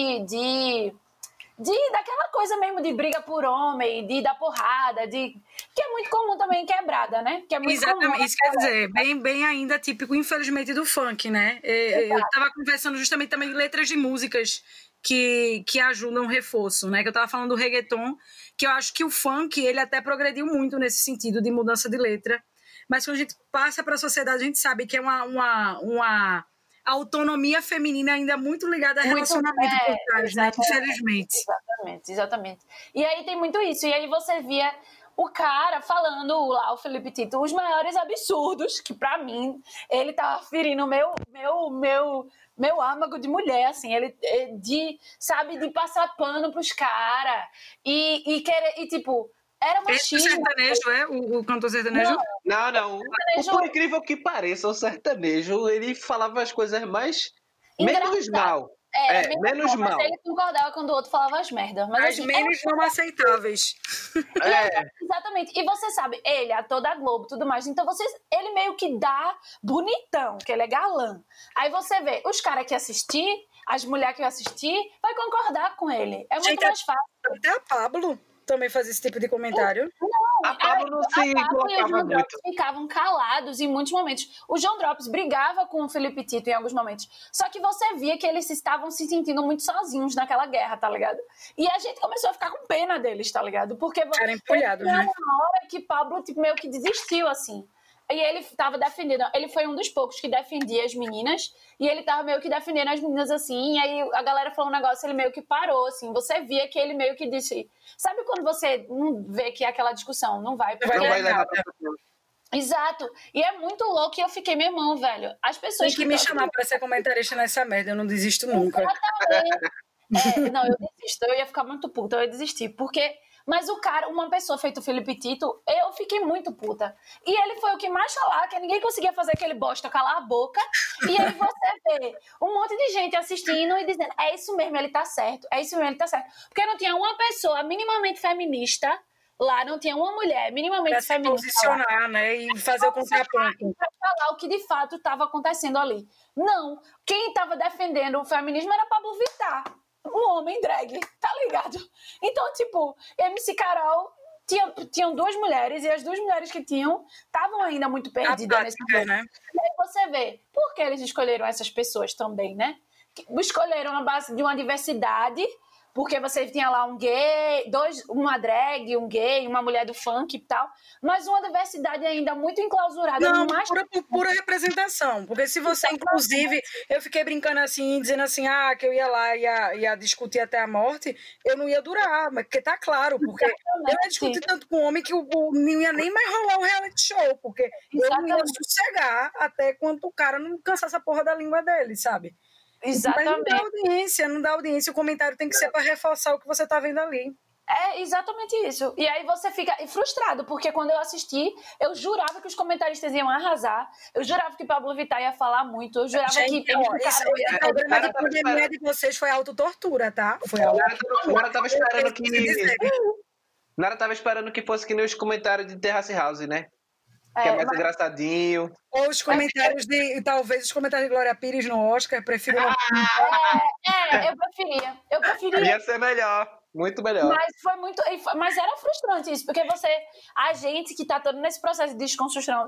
daquela coisa mesmo de briga por homem, de dar porrada, que é muito comum também em quebrada, né? Que é muito exatamente, comum, isso quer dizer, bem ainda típico, infelizmente, do funk, né? Eu estava conversando justamente também de letras de músicas que ajudam o reforço, né? Que eu estava falando do reggaeton, que eu acho que o funk, ele até progrediu muito nesse sentido de mudança de letra, mas quando a gente passa para a sociedade, a gente sabe que é uma autonomia feminina ainda muito ligada a relacionamento por trás, né? Infelizmente. Exatamente. E aí tem muito isso. E aí você via o cara falando lá, o Felipe Tito, os maiores absurdos, que pra mim, ele tava ferindo meu âmago de mulher, assim, ele de passar pano pros caras e querer, e tipo, era machismo. Esse sertanejo, o cantor sertanejo? Não. Por incrível que pareça, o sertanejo, ele falava as coisas mais... menos mal. Menos mal. Mas ele concordava quando o outro falava as merdas. Mas as menos não aceitáveis. Exatamente. E você sabe, ele, ator da Globo e tudo mais, então ele meio que dá bonitão, que ele é galã. Aí você vê, os caras que assistir, as mulheres que assistir, vai concordar com ele. É muito mais fácil. Até a Pablo também fazia esse tipo de comentário. Não, a Pablo não se colocava e o John muito. Drops ficavam calados em muitos momentos. O John Drops brigava com o Felipe Tito em alguns momentos. Só que você via que eles estavam se sentindo muito sozinhos naquela guerra, tá ligado? E a gente começou a ficar com pena deles, tá ligado? Porque era empolhado, né? Uma hora que Pablo meio que desistiu, assim. E ele estava defendendo, ele foi um dos poucos que defendia as meninas, e ele estava meio que defendendo as meninas assim, e aí a galera falou um negócio, ele meio que parou, assim, você via que ele meio que disse, sabe quando você não vê que aquela discussão não vai... Não vai levar pra frente. Exato. E é muito louco e eu fiquei, meu irmão, velho. As pessoas Tem que me chamar pra ser comentarista nessa merda, eu não desisto nunca. Exatamente. Não, eu desisto. Eu ia ficar muito puta, eu ia desistir. Porque... Mas o cara, uma pessoa feito o Felipe Tito, eu fiquei muito puta. E ele foi o que mais falava, que ninguém conseguia fazer aquele bosta calar a boca. E aí você vê um monte de gente assistindo e dizendo, é isso mesmo, ele tá certo. É isso mesmo, ele tá certo. Porque não tinha uma pessoa minimamente feminista lá, não tinha uma mulher minimamente feminista. Posicionar, lá, né? E fazer o contraponto. Pra falar o que de fato estava acontecendo ali. Não. Quem estava defendendo o feminismo era Pablo Vittar. Um homem drag, tá ligado? Então, tipo, MC Carol tinham 2 mulheres e as 2 mulheres que tinham estavam ainda muito perdidas nesse momento. Né? E aí você vê, por que eles escolheram essas pessoas também, né? Escolheram na base de uma diversidade, porque você tinha lá um gay, uma drag, um gay, uma mulher do funk e tal, mas uma diversidade ainda muito enclausurada. Não, pura representação, porque se você, inclusive, eu fiquei brincando assim, dizendo assim, que eu ia lá e ia discutir até a morte, eu não ia durar, mas porque tá claro, porque eu ia discutir tanto com o homem que não ia nem mais rolar o reality show, porque eu não ia sossegar até quando o cara não cansasse a porra da língua dele, sabe? Exatamente. Mas não dá audiência, o comentário tem que ser para reforçar o que você tá vendo ali. É exatamente isso. E aí você fica frustrado, porque quando eu assisti, eu jurava que os comentaristas iam arrasar, eu jurava que Pablo Vittar ia falar muito, eu jurava que... O problema da pandemia de vocês foi autotortura, tá? Foi autotortura. Nara tava esperando que... Nara tava esperando que fosse que nem os comentários de Terrace House, né? Que é mais engraçadinho. Ou os comentários talvez os comentários de Glória Pires no Oscar, prefiro não... Eu preferia. Ia ser melhor, muito melhor. Mas era frustrante isso, porque a gente que tá todo nesse processo de desconstrução,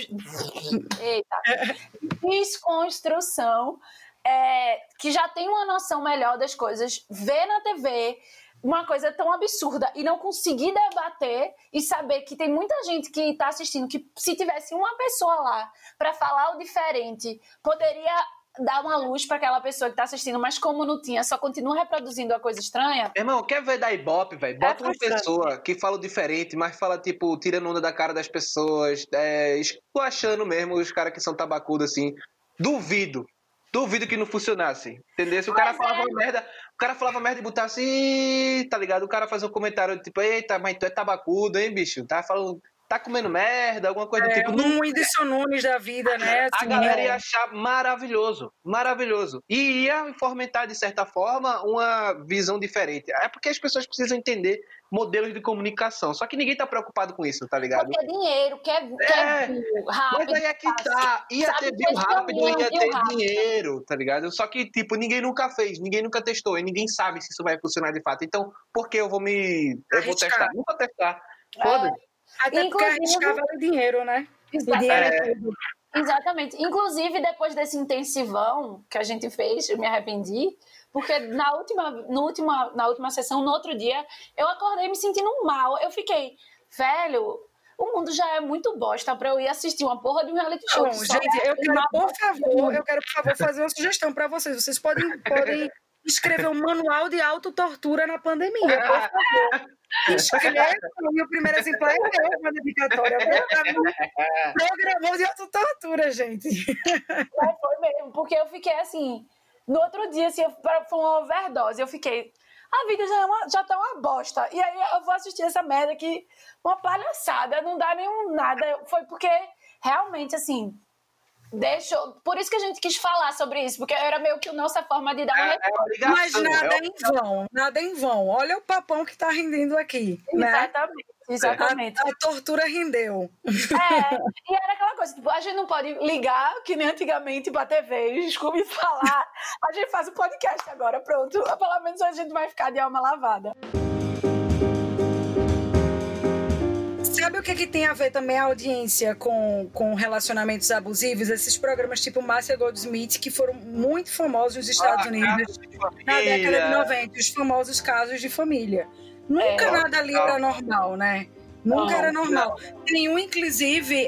que já tem uma noção melhor das coisas, vê na TV uma coisa tão absurda e não conseguir debater e saber que tem muita gente que está assistindo, que se tivesse uma pessoa lá para falar o diferente, poderia dar uma luz para aquela pessoa que está assistindo, mas como não tinha, só continua reproduzindo a coisa estranha. Irmão, quer ver da Ibope, velho? Bota uma pessoa que fala o diferente, mas fala, tipo, tirando onda da cara das pessoas, esculachando mesmo os caras que são tabacudos, assim. Duvido que não funcionasse, entendeu? Se o cara falava merda e botasse, tá ligado? O cara fazia um comentário tipo, eita, mas tu é tabacudo, hein, bicho? Tá comendo merda, alguma coisa do tipo. Um Whindersson Nunes da vida, né? Assim, a galera ia achar maravilhoso. E ia fomentar, de certa forma, uma visão diferente. É porque as pessoas precisam entender modelos de comunicação. Só que ninguém tá preocupado com isso, tá ligado? Porque é dinheiro, quer view rápido. Mas aí é que tá. Ia ter view rápido, ia ter dinheiro, tá ligado? Só que, tipo, ninguém nunca fez, ninguém nunca testou, e ninguém sabe se isso vai funcionar de fato. Então, por que eu vou testar? Não vou testar. Foda-se. Até porque arriscava o dinheiro, né? Exatamente. Inclusive, depois desse intensivão que a gente fez, eu me arrependi, porque na última sessão, no outro dia, eu acordei me sentindo mal. Eu fiquei, velho, o mundo já é muito bosta pra eu ir assistir uma porra de um reality show. Bom, gente, eu quero, por favor, fazer uma sugestão pra vocês. Vocês podem escrever um manual de autotortura na pandemia, por favor. Escreve, o primeiro exemplar é uma dedicatória. Programou de autotortura, gente. Mas foi mesmo, porque eu fiquei assim, no outro dia, assim, foi uma overdose. Eu fiquei, a vida já tá uma bosta. E aí eu vou assistir essa merda aqui, uma palhaçada, não dá nenhum nada. Foi porque, realmente, assim... Por isso que a gente quis falar sobre isso, porque era meio que a nossa forma de dar uma resposta. Mas nada em vão. Olha o papão que tá rendendo aqui. Exatamente. A tortura rendeu. E era aquela coisa, tipo, a gente não pode ligar, que nem antigamente, pra TV, desculpe falar. A gente faz um podcast agora, pronto. Pelo menos a gente vai ficar de alma lavada. Sabe o que tem a ver também a audiência com relacionamentos abusivos? Esses programas tipo Márcia Goldsmith, que foram muito famosos nos Estados Unidos na década de 90, os famosos casos de família. Nunca nada ali era normal, né? Nunca era normal. Tem inclusive,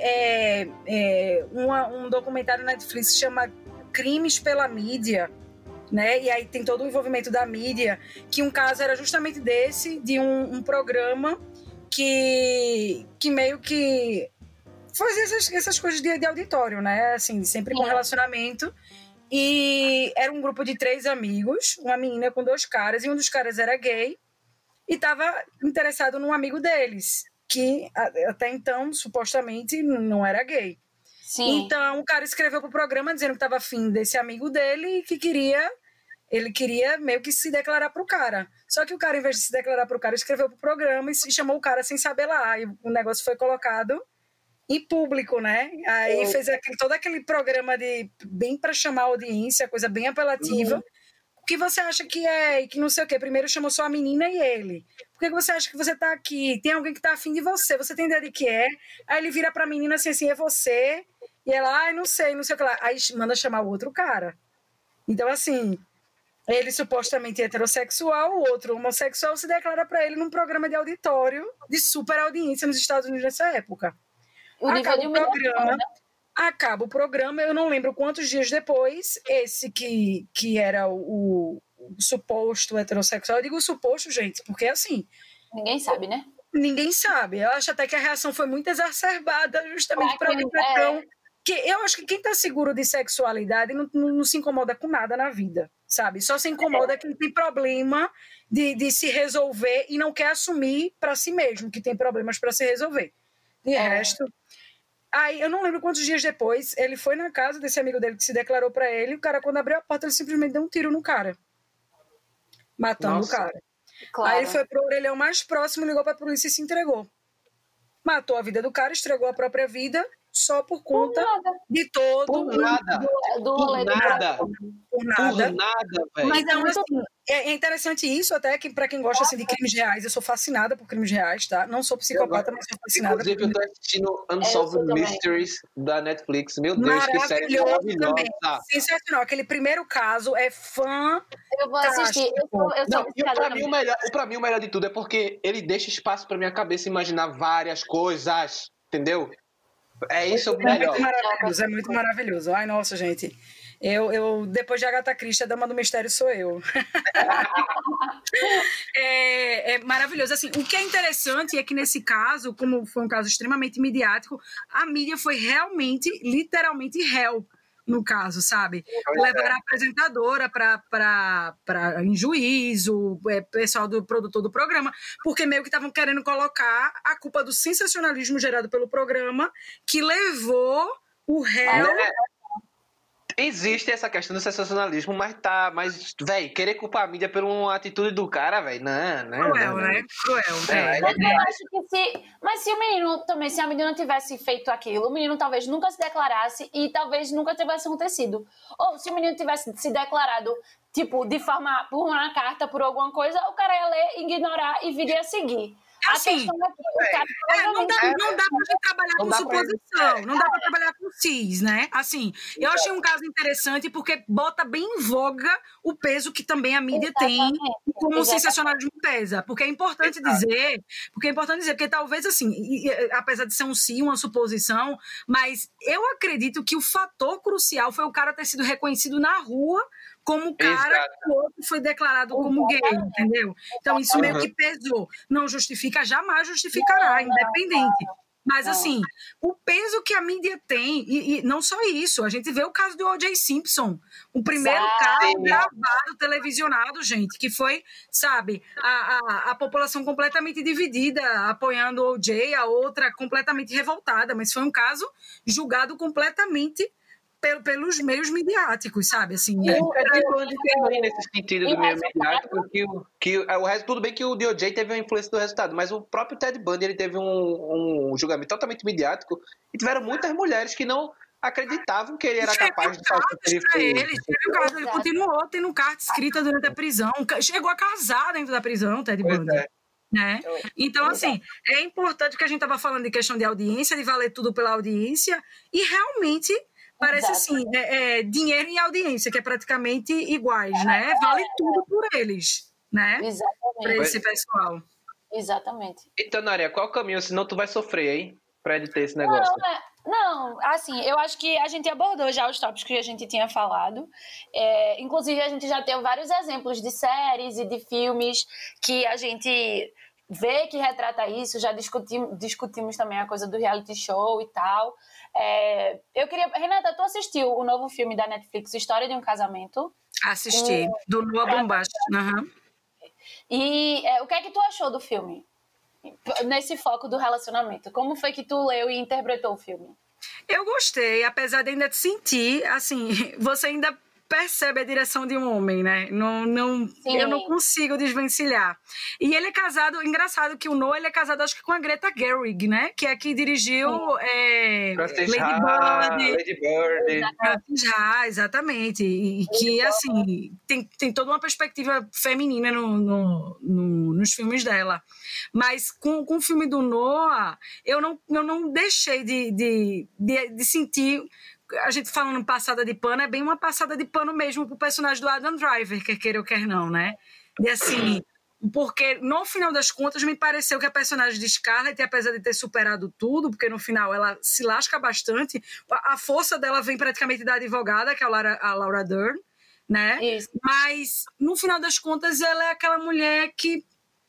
um documentário na Netflix que se chama Crimes pela Mídia, né? E aí tem todo o envolvimento da mídia, que um caso era justamente desse, de um programa que meio que fazia essas coisas de auditório, né? Assim, sempre com relacionamento. E era um grupo de 3 amigos, uma menina com 2 caras, e um dos caras era gay e estava interessado num amigo deles, que até então, supostamente, não era gay. Sim. Então, o cara escreveu pro programa dizendo que estava afim desse amigo dele e que ele queria meio que se declarar pro cara. Só que o cara, em vez de se declarar pro cara, escreveu pro programa e chamou o cara sem saber lá. E o negócio foi colocado em público, né? Aí fez todo aquele programa bem para chamar a audiência, coisa bem apelativa. O que você acha que é e que não sei o quê? Primeiro chamou só a menina e ele. Por que você acha que você tá aqui? Tem alguém que tá afim de você? Você tem ideia de que é? Aí ele vira pra menina assim, é você? E ela, não sei o que lá. Aí manda chamar o outro cara. Então, assim, ele supostamente heterossexual, o outro homossexual, se declara pra ele num programa de auditório de super audiência nos Estados Unidos nessa época. Acaba o programa, eu não lembro quantos dias depois, esse que era o suposto heterossexual, eu digo suposto, gente, porque assim... Ninguém sabe, né? Ninguém sabe. Eu acho até que a reação foi muito exacerbada justamente para alguém tão... Que eu acho que quem tá seguro de sexualidade não se incomoda com nada na vida, sabe? Só se incomoda quem tem problema de se resolver e não quer assumir para si mesmo que tem problemas para se resolver. De resto... Aí, eu não lembro quantos dias depois, ele foi na casa desse amigo dele que se declarou pra ele, e o cara, quando abriu a porta, ele simplesmente deu um tiro no cara. Matando o cara. Claro. Aí ele foi pro orelhão mais próximo, ligou pra polícia e se entregou. Matou a vida do cara, estragou a própria vida, só por conta de todo... Por nada. Por nada. Por nada, velho. Mas então, assim, é interessante isso, até que pra quem gosta assim, de crimes reais, eu sou fascinada por crimes reais, tá? Não sou psicopata, mas sou fascinada. Inclusive, eu tô assistindo Unsolved Mysteries da Netflix. Meu Deus, que série maravilhosa. Sensacional. Aquele primeiro caso é fã. Eu vou assistir. Pra mim, o melhor de tudo é porque ele deixa espaço pra minha cabeça imaginar várias coisas, entendeu? É isso o melhor. É muito maravilhoso. Ai, nossa, gente. Eu depois de Agatha Christie, a dama do mistério sou eu. É maravilhoso. Assim, o que é interessante é que nesse caso, como foi um caso extremamente midiático, a mídia foi realmente, literalmente réu no caso, sabe? Levaram a apresentadora para em juízo, pessoal do produtor do programa, porque meio que estavam querendo colocar a culpa do sensacionalismo gerado pelo programa, que levou o réu... Existe essa questão do sensacionalismo, mas velho, querer culpar a mídia por uma atitude do cara, velho, não. Cruel, né? Cruel. Eu acho que mas se o menino também, se a menina tivesse feito aquilo, o menino talvez nunca se declarasse e talvez nunca tivesse acontecido. Ou se o menino tivesse se declarado, tipo, de forma, por uma carta, por alguma coisa, o cara ia ler, ignorar e viria a seguir. Assim, não dá pra gente trabalhar com suposição, não dá pra trabalhar com cis, né? Assim, eu achei um caso interessante porque bota bem em voga o peso que também a mídia tem e como o sensacionalismo pesa. Porque é importante dizer, porque talvez assim, apesar de ser um sim, uma suposição, mas eu acredito que o fator crucial foi o cara ter sido reconhecido na rua como o cara que o outro foi declarado como gay, entendeu? Então isso meio que pesou. Não justifica, jamais justificará, independente. Mas assim, o peso que a mídia tem, e não só isso, a gente vê o caso do O.J. Simpson, o primeiro caso gravado, televisionado, gente, que foi, sabe, a população completamente dividida, apoiando o O.J., a outra completamente revoltada, mas foi um caso julgado completamente pelos meios midiáticos, sabe? Assim, nesse sentido do meio midiático, que o resto, tudo bem que o DOJ teve uma influência do resultado, mas o próprio Ted Bundy, ele teve um julgamento totalmente midiático e tiveram muitas mulheres que não acreditavam que ele era capaz de fazer o que ele fez. Ele continuou tendo carta escrita durante a prisão, chegou a casar dentro da prisão, Ted Bundy. Né? Então, assim, é importante que a gente estava falando de questão de audiência, de valer tudo pela audiência, e realmente parece assim, dinheiro e audiência, que é praticamente iguais, né? Vale tudo por eles, né? Exatamente. Para esse pessoal. Exatamente. Então, Nária, qual é o caminho? Senão tu vai sofrer, hein? Pra ele ter esse negócio. Não, assim, eu acho que a gente abordou já os tópicos que a gente tinha falado. Inclusive, a gente já tem vários exemplos de séries e de filmes que a gente vê que retrata isso, já discutimos também a coisa do reality show e tal. Renata, tu assistiu o novo filme da Netflix, História de um Casamento? Assisti, do Noah Baumbach. Uhum. E o que é que tu achou do filme? Nesse foco do relacionamento. Como foi que tu leu e interpretou o filme? Eu gostei, apesar de ainda te sentir, assim, você ainda percebe a direção de um homem, né? Eu não consigo desvencilhar. E ele é casado, engraçado que o Noah, ele é casado acho que com a Greta Gerwig, né? Que é que dirigiu Lady Bird. Exatamente. E que, assim, tem toda uma perspectiva feminina nos filmes dela. Mas com o filme do Noah, eu não deixei de sentir... A gente falando passada de pano, é bem uma passada de pano mesmo pro personagem do Adam Driver, quer queira ou quer não, né? E assim, porque no final das contas me pareceu que a personagem de Scarlett, apesar de ter superado tudo, porque no final ela se lasca bastante, a força dela vem praticamente da advogada, que é a Laura Dern, né? Isso. Mas no final das contas ela é aquela mulher que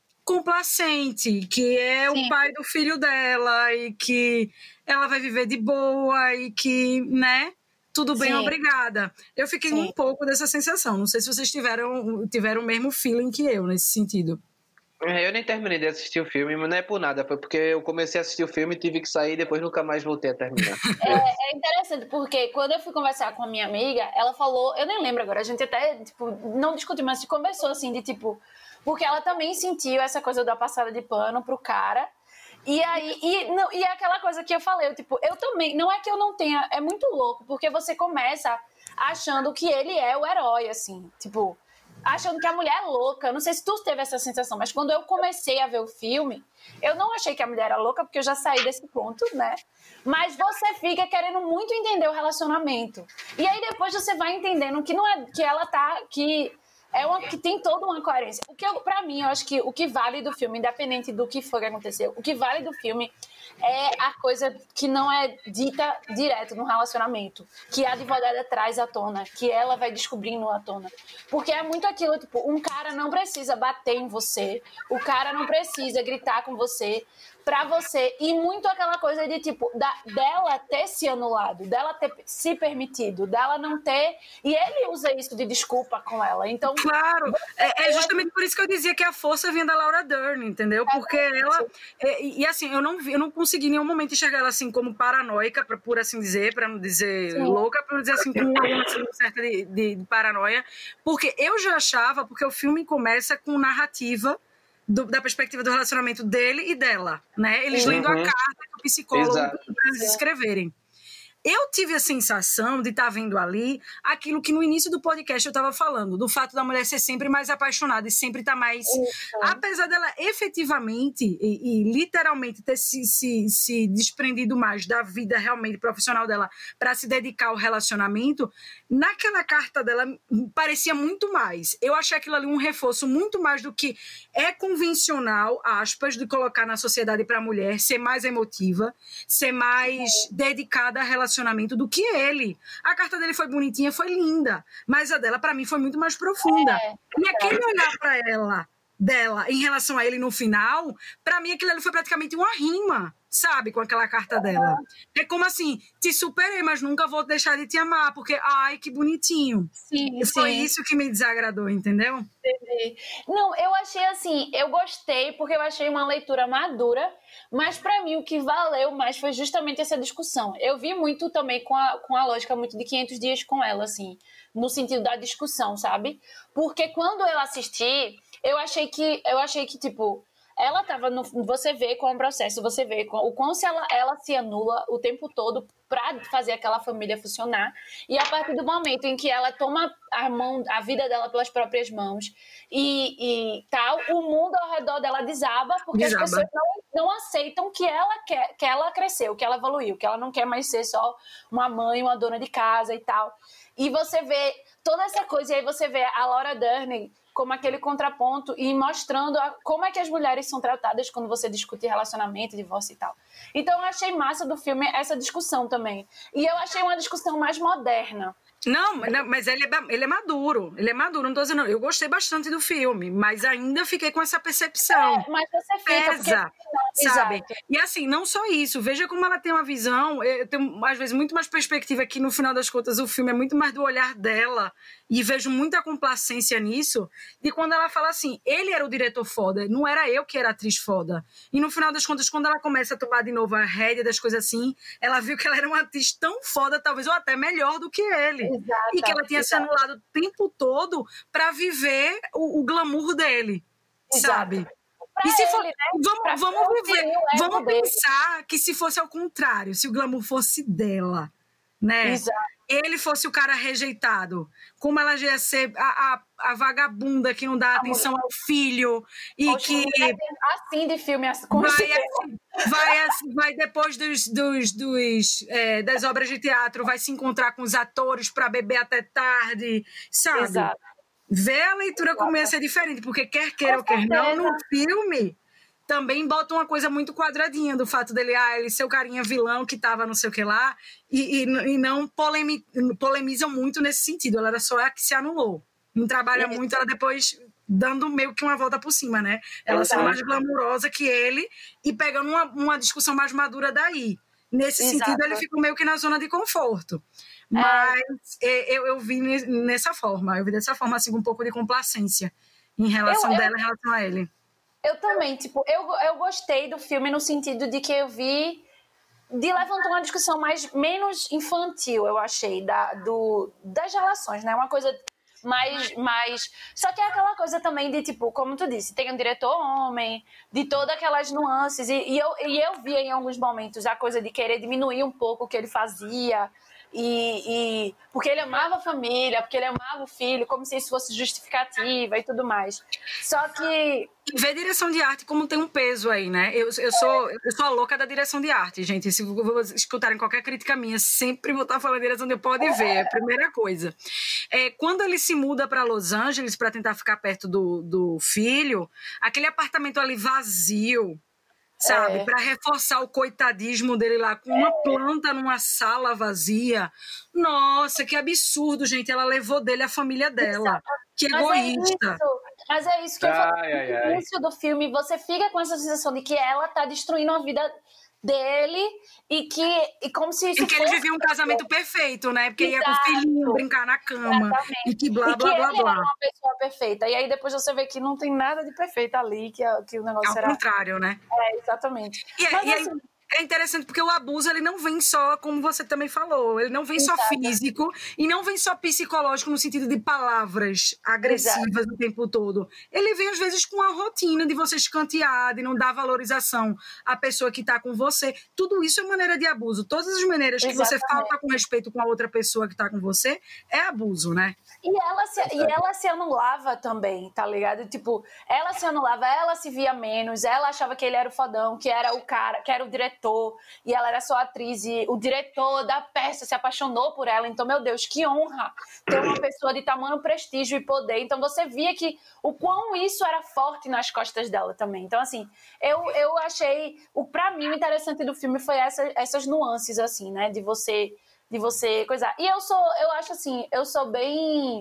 complacente, que é o pai do filho dela e que ela vai viver de boa e que, né, tudo bem, obrigada. Eu fiquei um pouco dessa sensação. Não sei se vocês tiveram o mesmo feeling que eu nesse sentido. Eu nem terminei de assistir o filme, mas não é por nada, foi porque eu comecei a assistir o filme, tive que sair e depois nunca mais voltei a terminar. É interessante, porque quando eu fui conversar com a minha amiga, ela falou, eu nem lembro agora, a gente até, não discutiu, mas conversou assim, de porque ela também sentiu essa coisa da passada de pano pro cara. E aí, e é aquela coisa que eu falei, eu também, não é que eu não tenha, é muito louco, porque você começa achando que ele é o herói, assim, achando que a mulher é louca. Não sei se tu teve essa sensação, mas quando eu comecei a ver o filme, eu não achei que a mulher era louca, porque eu já saí desse ponto, né? Mas você fica querendo muito entender o relacionamento. E aí depois você vai entendendo que não é, que ela tá, que tem toda uma coerência. Pra mim, eu acho que o que vale do filme, independente do que for que aconteceu, o que vale do filme é a coisa que não é dita direto no relacionamento, que a advogada traz à tona, que ela vai descobrindo à tona. Porque é muito aquilo, um cara não precisa bater em você, o cara não precisa gritar com você, pra você, e muito aquela coisa de dela ter se anulado, dela ter se permitido, dela não ter, e ele usa isso de desculpa com ela, então... Claro, é justamente por isso que eu dizia que a força vinha da Laura Dern, entendeu? Porque ela, e assim, eu não consegui em nenhum momento enxergar ela assim como paranoica, por assim dizer, pra não dizer louca, pra não dizer assim, com uma certa de paranoia, porque eu já achava, porque o filme começa com narrativa da perspectiva do relacionamento dele e dela, né? Eles lendo a carta que o psicólogo para eles escreverem. Eu tive a sensação de estar vendo ali aquilo que no início do podcast eu estava falando, do fato da mulher ser sempre mais apaixonada e sempre estar mais... Apesar dela efetivamente e literalmente ter se desprendido mais da vida realmente profissional dela para se dedicar ao relacionamento, naquela carta dela parecia muito mais. Eu achei aquilo ali um reforço muito mais do que é convencional, aspas, de colocar na sociedade para a mulher ser mais emotiva, ser mais dedicada a relacionamento do que ele. A carta dele foi bonitinha, foi linda, mas a dela, para mim, foi muito mais profunda. E aquele olhar para dela, em relação a ele no final, para mim, aquilo ali foi praticamente uma rima, sabe, com aquela carta dela. É como assim, te superei, mas nunca vou deixar de te amar, porque, ai, que bonitinho. Sim, foi isso que me desagradou, entendeu? Não, eu achei assim, eu gostei, porque eu achei uma leitura madura, mas pra mim o que valeu mais foi justamente essa discussão. Eu vi muito também com a lógica muito de 500 dias com ela, assim, no sentido da discussão, sabe? Porque quando eu assisti, eu achei que ela tava você vê com o processo, você vê o quão ela se anula o tempo todo para fazer aquela família funcionar, e a partir do momento em que ela toma a vida dela pelas próprias mãos e tal, o mundo ao redor dela desaba, porque as pessoas não aceitam que ela cresceu, que ela evoluiu, que ela não quer mais ser só uma mãe, uma dona de casa e tal. E você vê toda essa coisa, e aí você vê a Laura Dern como aquele contraponto e mostrando como é que as mulheres são tratadas quando você discute relacionamento, divórcio e tal. Então eu achei massa do filme essa discussão também. E eu achei uma discussão mais moderna. Não, mas ele é maduro. Ele é maduro, não tô dizendo. Eu gostei bastante do filme, mas ainda fiquei com essa percepção. Mas você fica. Pesa, porque... sabe? Exato. E assim, não só isso. Veja como ela tem uma visão. Eu tenho, às vezes, muito mais perspectiva que, no final das contas, o filme é muito mais do olhar dela. E vejo muita complacência nisso. De quando ela fala assim, ele era o diretor foda, não era eu que era a atriz foda. E, no final das contas, quando ela começa a tomar de novo a rédea das coisas assim, ela viu que ela era uma atriz tão foda, talvez, ou até melhor do que ele. Exato, e que ela tinha se anulado o tempo todo para viver o glamour dele, sabe? E se for, ele, né? vamos pensar que se fosse ao contrário, se o glamour fosse dela, né? Exato. Ele fosse o cara rejeitado, como ela já ia ser a vagabunda que não dá atenção ao filho e Poxa, que assim de filme vai depois das obras de teatro, vai se encontrar com os atores para beber até tarde, sabe? Exato. Ver a leitura começa a ser diferente, porque quer queira ou quer não, no filme também bota uma coisa muito quadradinha do fato dele, ele ser o carinha vilão que tava não sei o que lá, e não polemizam muito nesse sentido. Ela era só a que se anulou. Não trabalha muito, ela depois dando meio que uma volta por cima, né? Ela sendo mais glamurosa que ele e pegando uma discussão mais madura daí. Nesse sentido, ele ficou meio que na zona de conforto. Mas eu vi nessa forma. Eu vi dessa forma, assim, com um pouco de complacência em relação dela em relação a ele. Eu também, tipo, eu gostei do filme no sentido de que eu vi de levantar uma discussão menos infantil, eu achei, das relações, né? Uma coisa mais... Só que é aquela coisa também de, tipo, como tu disse, tem um diretor homem, de todas aquelas nuances, e eu via em alguns momentos a coisa de querer diminuir um pouco o que ele fazia, e porque ele amava a família, porque ele amava o filho, como se isso fosse justificativa e tudo mais. Só que... E ver direção de arte como tem um peso aí, né? Eu sou a louca da direção de arte, gente. Se escutarem qualquer crítica minha, sempre vou estar falando de direção de pode ver, é a primeira coisa. Quando ele se muda para Los Angeles para tentar ficar perto do filho, aquele apartamento ali vazio, sabe? Para reforçar o coitadismo dele lá, com uma planta numa sala vazia. Nossa, que absurdo, gente. Ela levou dele a família dela. Que egoísta. Mas é isso que eu falei no início do filme. Você fica com essa sensação de que ela tá destruindo a vida dele e como se isso fosse... ele vivia um casamento perfeito, né? Porque ia com o filhinho brincar na cama. Exatamente. E que blá, blá, blá, blá. Ele era uma pessoa perfeita. E aí depois você vê que não tem nada de perfeito ali, que o negócio era... Ao contrário, né? Exatamente. É interessante porque o abuso, ele não vem só, como você também falou, ele não vem só físico e não vem só psicológico no sentido de palavras agressivas o tempo todo. Ele vem, às vezes, com a rotina de você escantear, de não dar valorização à pessoa que está com você. Tudo isso é maneira de abuso. Todas as maneiras que você falta com respeito com a outra pessoa que está com você é abuso, né? E ela se anulava também, tá ligado? Tipo, ela se anulava, ela se via menos, ela achava que ele era o fodão, que era o cara, que era o diretor, e ela era só atriz, e o diretor da peça se apaixonou por ela. Então, meu Deus, que honra ter uma pessoa de tamanho prestígio e poder. Então, você via que o quão isso era forte nas costas dela também. Então, assim, eu achei... Pra mim, o interessante do filme foi essas nuances, assim, né? De você coisar. E eu acho assim, eu sou bem...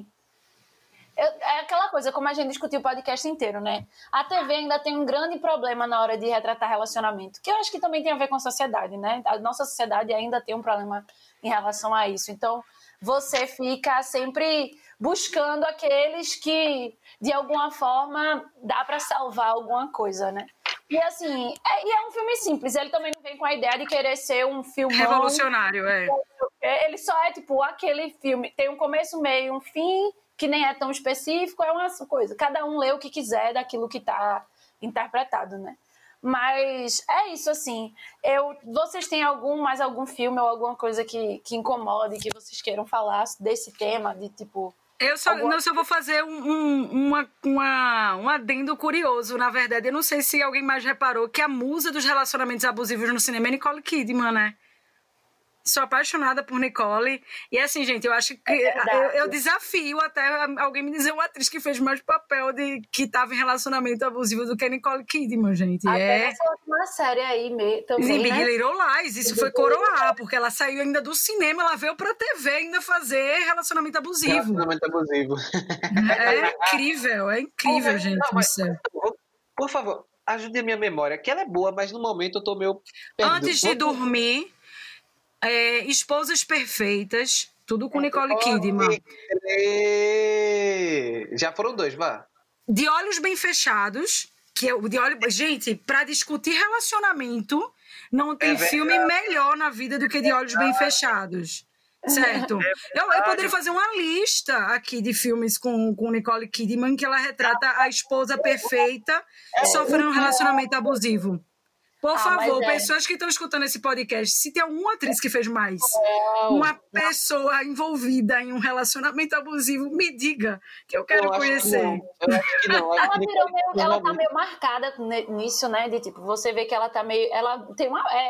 é aquela coisa, como a gente discutiu o podcast inteiro, né? A TV ainda tem um grande problema na hora de retratar relacionamento, que eu acho que também tem a ver com a sociedade, né? A nossa sociedade ainda tem um problema em relação a isso. Então, você fica sempre buscando aqueles que, de alguma forma, dá pra salvar alguma coisa, né? E assim, é um filme simples. Ele também não vem com a ideia de querer ser um filmão revolucionário, Ele só é tipo aquele filme, tem um começo, meio, um fim, que nem é tão específico, é uma coisa. Cada um lê o que quiser daquilo que tá interpretado, né? Mas é isso, assim. Vocês têm mais algum filme ou alguma coisa que incomode, que vocês queiram falar desse tema, de tipo... Eu só vou fazer um adendo curioso, na verdade. Eu não sei se alguém mais reparou que a musa dos relacionamentos abusivos no cinema é Nicole Kidman, né? Sou apaixonada por Nicole. E assim, gente, eu acho que eu desafio até alguém me dizer uma atriz que fez mais papel de que estava em relacionamento abusivo do que a Nicole Kidman, gente. Até essa última série aí também, Big né? Little Lies, isso foi coroar, porque ela saiu ainda do cinema, ela veio pra TV ainda fazer relacionamento abusivo. Relacionamento abusivo. É incrível, gente. Não, mas, por favor, ajude a minha memória, que ela é boa, mas no momento eu tô meio perdido. Antes de dormir, Esposas Perfeitas, tudo com Nicole Kidman. Já foram 2, vá. De Olhos Bem Fechados, que é o de olho. Gente, pra discutir relacionamento, não tem filme melhor na vida do que De Olhos Bem Fechados. Certo? Eu poderia fazer uma lista aqui de filmes com Nicole Kidman, que ela retrata a esposa perfeita sofrendo um relacionamento abusivo. Por favor, pessoas que estão escutando esse podcast, se tem alguma atriz que fez mais uma pessoa envolvida em um relacionamento abusivo, me diga, que eu quero conhecer. Eu acho que não. Ela tá meio marcada nisso, né? De tipo, você vê que ela tá meio... Ela tem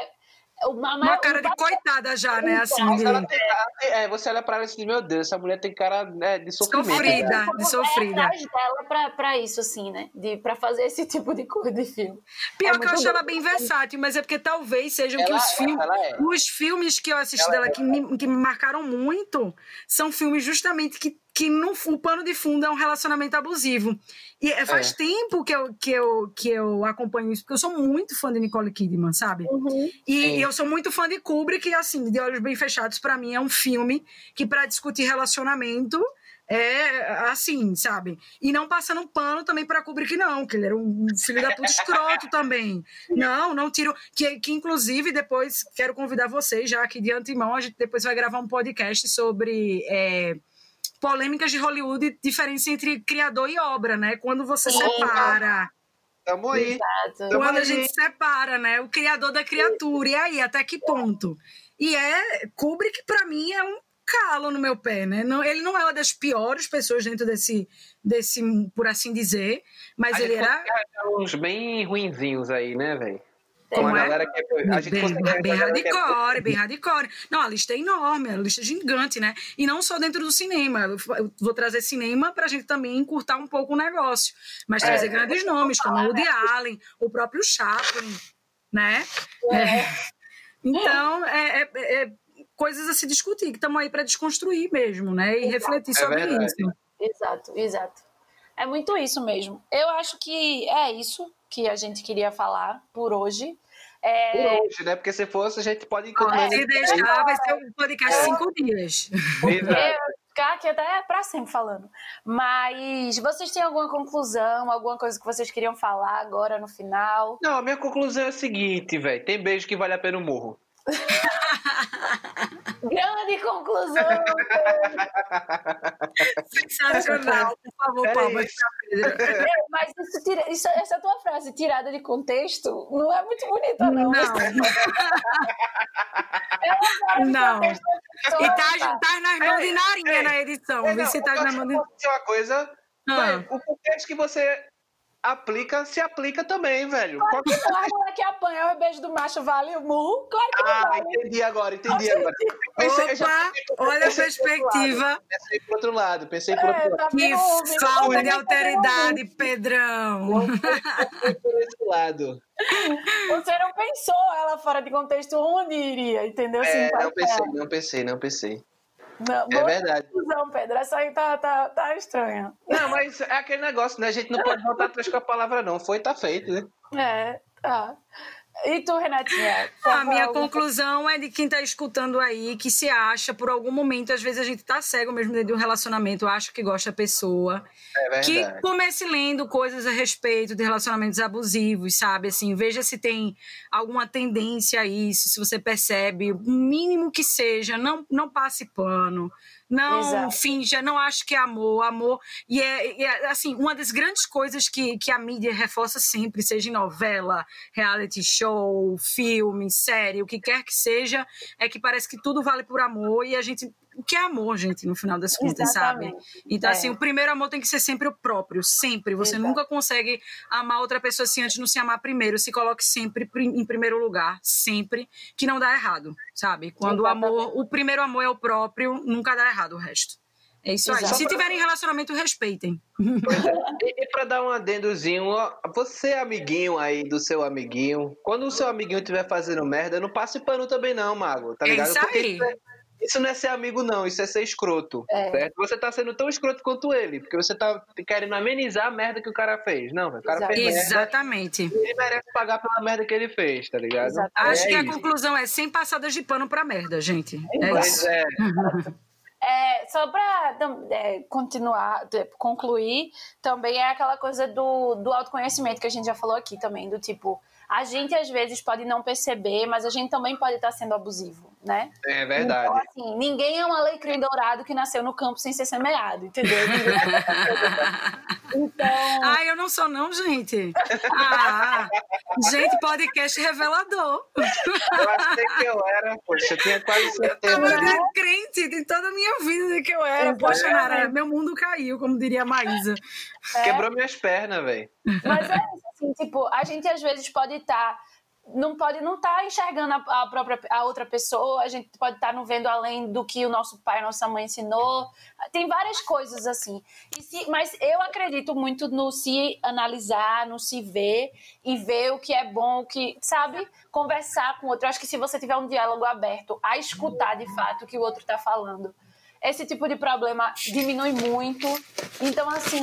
uma cara de coitada já, né? Assim, você olha pra ela e diz, meu Deus, essa mulher tem cara de sofrimento. Sofrida. atrás dela pra isso, assim, né? Pra fazer esse tipo de coisa de filme. Pior que eu acho ela bem versátil, mas é porque talvez sejam que os filmes que eu assisti dela que me marcaram muito são filmes justamente que o pano de fundo é um relacionamento abusivo. E faz tempo que eu acompanho isso, porque eu sou muito fã de Nicole Kidman, sabe? E eu sou muito fã de Kubrick, e assim, De Olhos Bem Fechados, pra mim, é um filme que, pra discutir relacionamento, assim, sabe? E não passando pano também pra Kubrick, não, que ele era um filho da puta escroto também. Não tiro... Que inclusive, depois, quero convidar vocês, já que de antemão, a gente depois vai gravar um podcast sobre... polêmicas de Hollywood, diferença entre criador e obra, né? Quando você separa... Tamo aí. Exato. Quando a gente separa, né? O criador da criatura. E aí, até que ponto? E Kubrick, pra mim, é um calo no meu pé, né? Ele não é uma das piores pessoas dentro desse por assim dizer, mas ele era... uns bem ruinzinhos aí, né, velho? Como galera que a gente bem hardcore. Não, a lista é enorme, a lista é gigante, né? E não só dentro do cinema. Eu vou trazer cinema pra gente também encurtar um pouco o negócio. Mas trazer grandes nomes, como o Woody Allen, o próprio Chaplin, né? Então, coisas a se discutir, que estamos aí para desconstruir mesmo, né? E refletir sobre isso. Exato. É muito isso mesmo. Eu acho que é isso que a gente queria falar por hoje. Por hoje, né? Porque se fosse, a gente pode... Se deixar, vai ser um podcast 5 dias. Ficar aqui até para sempre falando. Mas vocês têm alguma conclusão, alguma coisa que vocês queriam falar agora no final? Não, a minha conclusão é a seguinte, velho. Tem beijo que vale a pena o morro. Grande conclusão! Sensacional, por favor, palmas pra Pedro. Mas essa tua frase tirada de contexto não é muito bonita, não. Não. E tá nas mãos de Narinha na edição. Você tá nas mãos de... Uma coisa, o contexto que você aplica, se aplica também, velho. Claro que não, a mulher que apanha o beijo do macho vale o murro? Claro que não vale. Entendi agora. Opa, olha a perspectiva. Pensei por outro lado. Que falta de alteridade, Pedrão. Por esse lado. Você não pensou ela fora de contexto onde iria, entendeu? Não pensei. Não, é verdade. Não, Pedro, essa aí tá estranha. Não, mas é aquele negócio, né? A gente não pode voltar atrás com a palavra, não. Tá feito, né? Tá. E tu, Renatinha? A minha conclusão é de quem tá escutando aí, que se acha, por algum momento, às vezes a gente tá cego mesmo dentro de um relacionamento, acha que gosta da pessoa. É verdade. Que comece lendo coisas a respeito de relacionamentos abusivos, sabe? Assim, veja se tem alguma tendência a isso, se você percebe, o mínimo que seja, não passe pano. Não finja, não acho que é amor. E assim, uma das grandes coisas que a mídia reforça sempre, seja em novela, reality show, filme, série, o que quer que seja, é que parece que tudo vale por amor e a gente o que é amor, gente, no final das contas, sabe? Então, assim, o primeiro amor tem que ser sempre o próprio, sempre. Você nunca consegue amar outra pessoa assim antes de não se amar primeiro. Se coloque sempre em primeiro lugar, sempre, que não dá errado, sabe? Quando o primeiro amor é o próprio, nunca dá errado o resto. É isso aí. Se tiverem relacionamento, respeitem. E pra dar um adendozinho, você amiguinho aí do seu amiguinho, quando o seu amiguinho estiver fazendo merda, não passe pano também não, Mago, tá ligado? É isso aí. Isso não é ser amigo não, isso é ser escroto, certo? Você tá sendo tão escroto quanto ele, porque você tá querendo amenizar a merda que o cara fez. Não, o cara fez merda. Exatamente. Ele merece pagar pela merda que ele fez, tá ligado? Acho que a conclusão é sem passadas de pano pra merda, gente. Pois é. Só para concluir, também é aquela coisa do autoconhecimento que a gente já falou aqui também, do tipo, a gente às vezes pode não perceber, mas a gente também pode estar sendo abusivo, né? É verdade. Então, assim, ninguém é um alecrim dourado que nasceu no campo sem ser semeado, entendeu? Então... eu não sou não, gente. Gente, podcast revelador. Eu achei que eu era, poxa, eu tinha quase certeza. Eu tava crente de toda a minha vida de que eu era. Poxa, Nara, meu mundo caiu, como diria a Maísa. Quebrou minhas pernas, velho. Mas é isso, assim, tipo, a gente às vezes pode estar... não estar enxergando a outra pessoa, a gente pode estar não vendo além do que o nosso pai e nossa mãe ensinou. Tem várias coisas assim. Mas eu acredito muito no se analisar, no se ver e ver o que é bom, o que, sabe? Conversar com o outro. Eu acho que se você tiver um diálogo aberto a escutar de fato o que o outro está falando, esse tipo de problema diminui muito. Então, assim,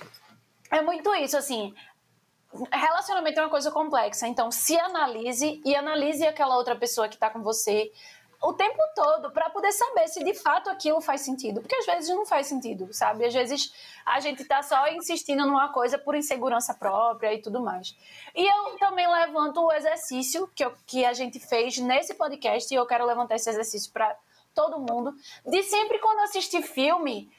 é muito isso, assim... Relacionamento é uma coisa complexa, então se analise e analise aquela outra pessoa que está com você o tempo todo para poder saber se de fato aquilo faz sentido, porque às vezes não faz sentido, sabe? Às vezes a gente tá só insistindo numa coisa por insegurança própria e tudo mais. E eu também levanto o exercício que a gente fez nesse podcast, e eu quero levantar esse exercício para todo mundo, de sempre quando assistir filme,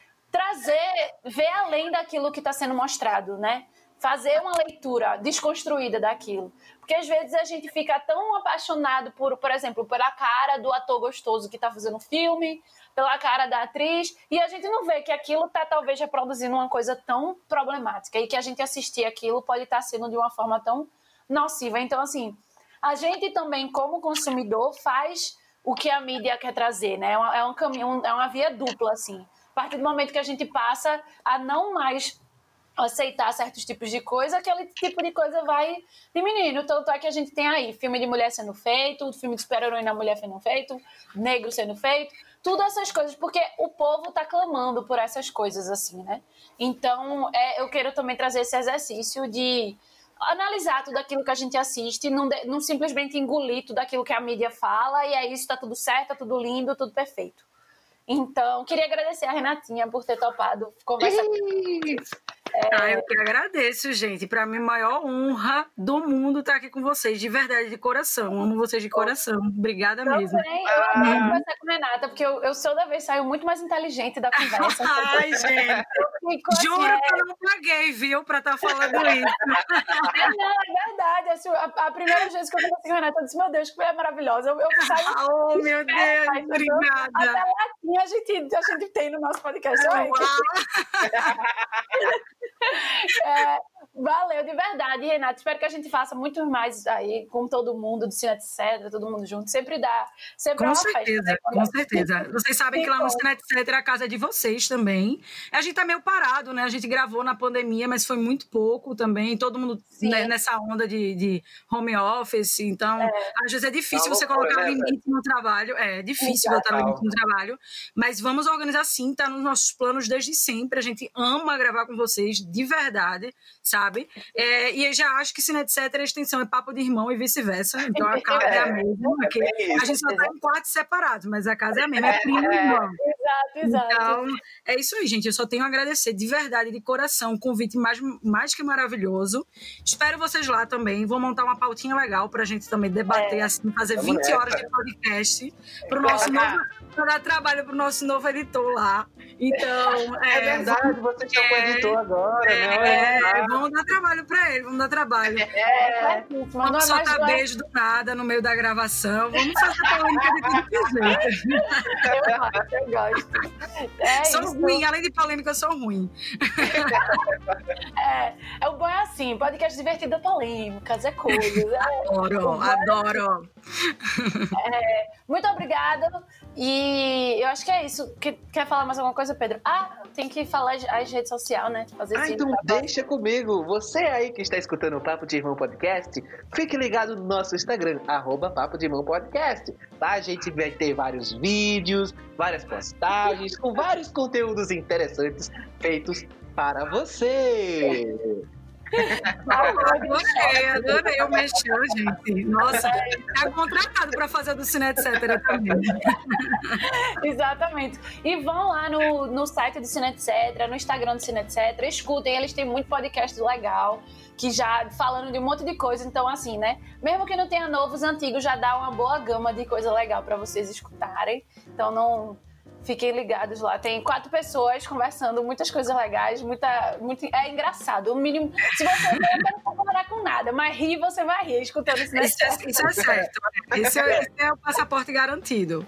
ver além daquilo que está sendo mostrado, né? Fazer uma leitura desconstruída daquilo. Porque às vezes a gente fica tão apaixonado por exemplo, pela cara do ator gostoso que está fazendo o filme, pela cara da atriz, e a gente não vê que aquilo está talvez reproduzindo uma coisa tão problemática e que a gente assistir aquilo pode estar sendo de uma forma tão nociva. Então, assim, a gente também, como consumidor, faz o que a mídia quer trazer, né? É um caminho, é uma via dupla, assim. A partir do momento que a gente passa a não mais aceitar certos tipos de coisa, aquele tipo de coisa vai diminuindo. Tanto é que a gente tem aí filme de mulher sendo feito, filme de super-heroína mulher sendo feito, negro sendo feito, tudo essas coisas, porque o povo tá clamando por essas coisas assim, né? Então, eu quero também trazer esse exercício de analisar tudo aquilo que a gente assiste, não simplesmente engolir tudo aquilo que a mídia fala, e é isso, tá tudo certo, tá tudo lindo, tudo perfeito. Então, queria agradecer a Renatinha por ter topado conversar comigo. Eu que agradeço, gente. Para mim, a maior honra do mundo estar aqui com vocês, de verdade, de coração. Amo vocês de coração. Obrigada mesmo. Eu adoro conversar com a Renata, porque eu toda vez saio muito mais inteligente da conversa. Ai, gente. Juro que eu não paguei, viu, para estar falando isso. Não, é verdade. Assim, a primeira vez que eu conversei com a Renata, eu disse, meu Deus, que mulher maravilhosa. Eu saio... Oh, meu Deus, obrigada. Até latinha a gente tem no nosso podcast. Valeu, de verdade, Renata. Espero que a gente faça muito mais aí com todo mundo do Cine Etc, todo mundo junto. Sempre dá. Sempre com uma certeza, festa, né? Com certeza. Vocês sabem que lá no Cine Etc a casa é de vocês também. A gente tá meio parado, né? A gente gravou na pandemia, mas foi muito pouco também. Todo mundo nessa onda de home office. Então, às vezes é difícil você colocar limite no trabalho. É difícil botar limite no trabalho. Mas vamos organizar sim, tá nos nossos planos desde sempre. A gente ama gravar com vocês, de verdade, sabe? E eu já acho que Cine Etc a extensão é papo de irmão e vice-versa. Então a casa é a mesma. A gente só tá em quartos separados, mas a casa é a mesma, é primo e irmão. Exato. Então, é isso aí, gente. Eu só tenho a agradecer de verdade, de coração, um convite mais que maravilhoso. Espero vocês lá também. Vou montar uma pautinha legal pra gente também debater, assim, fazer 20 horas de podcast pro nosso novo... Pra dar trabalho pro nosso novo editor lá. Então, É verdade, você chamou o editor agora, né? Vamos dar trabalho pra ele, vamos dar trabalho. Manda Vamos soltar beijo do nada no meio da gravação. Vamos fazer polêmica de tudo jeito. Eu gosto. Sou isso. ruim, além de polêmica, eu sou ruim. O bom é assim, podcast divertido é polêmicas, é coisa. Adoro. Muito obrigada. E eu acho que é isso. Quer falar mais alguma coisa, Pedro? Tem que falar as redes sociais, né? Então deixa comigo. Você aí que está escutando o Papo de Irmão Podcast, fique ligado no nosso Instagram, @Papo de Irmão Podcast. Lá a gente vai ter vários vídeos, várias postagens, com vários conteúdos interessantes feitos para você. Adorei o mexeu, gente. Nossa, tá contratado para fazer do Cine Etc. também. Exatamente. E vão lá no site do Cine Etc., no Instagram do Cine Etc., escutem, eles têm muito podcast legal, que já falando de um monte de coisa, então assim, né? Mesmo que não tenha novos, antigos, já dá uma boa gama de coisa legal para vocês escutarem. Então não... Fiquem ligados lá. Tem 4 pessoas conversando, muitas coisas legais, é engraçado. O mínimo. Se você não concordar com nada, mas rir, você vai rir escutando isso. Isso é certo. Esse é o passaporte garantido.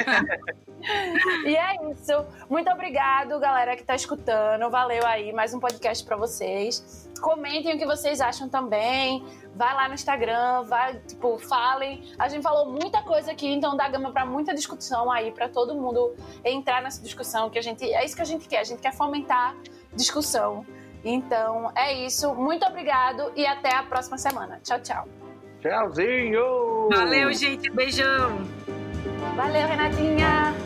E é isso. Muito obrigado, galera que tá escutando. Valeu aí, mais um podcast pra vocês. Comentem o que vocês acham também. Vai lá no Instagram, falem. A gente falou muita coisa aqui, então dá gama pra muita discussão aí, pra todo mundo entrar nessa discussão, que é isso que a gente quer fomentar discussão. Então, é isso. Muito obrigado e até a próxima semana. Tchau, tchau. Tchauzinho! Valeu, gente. Beijão. Valeu, Renatinha.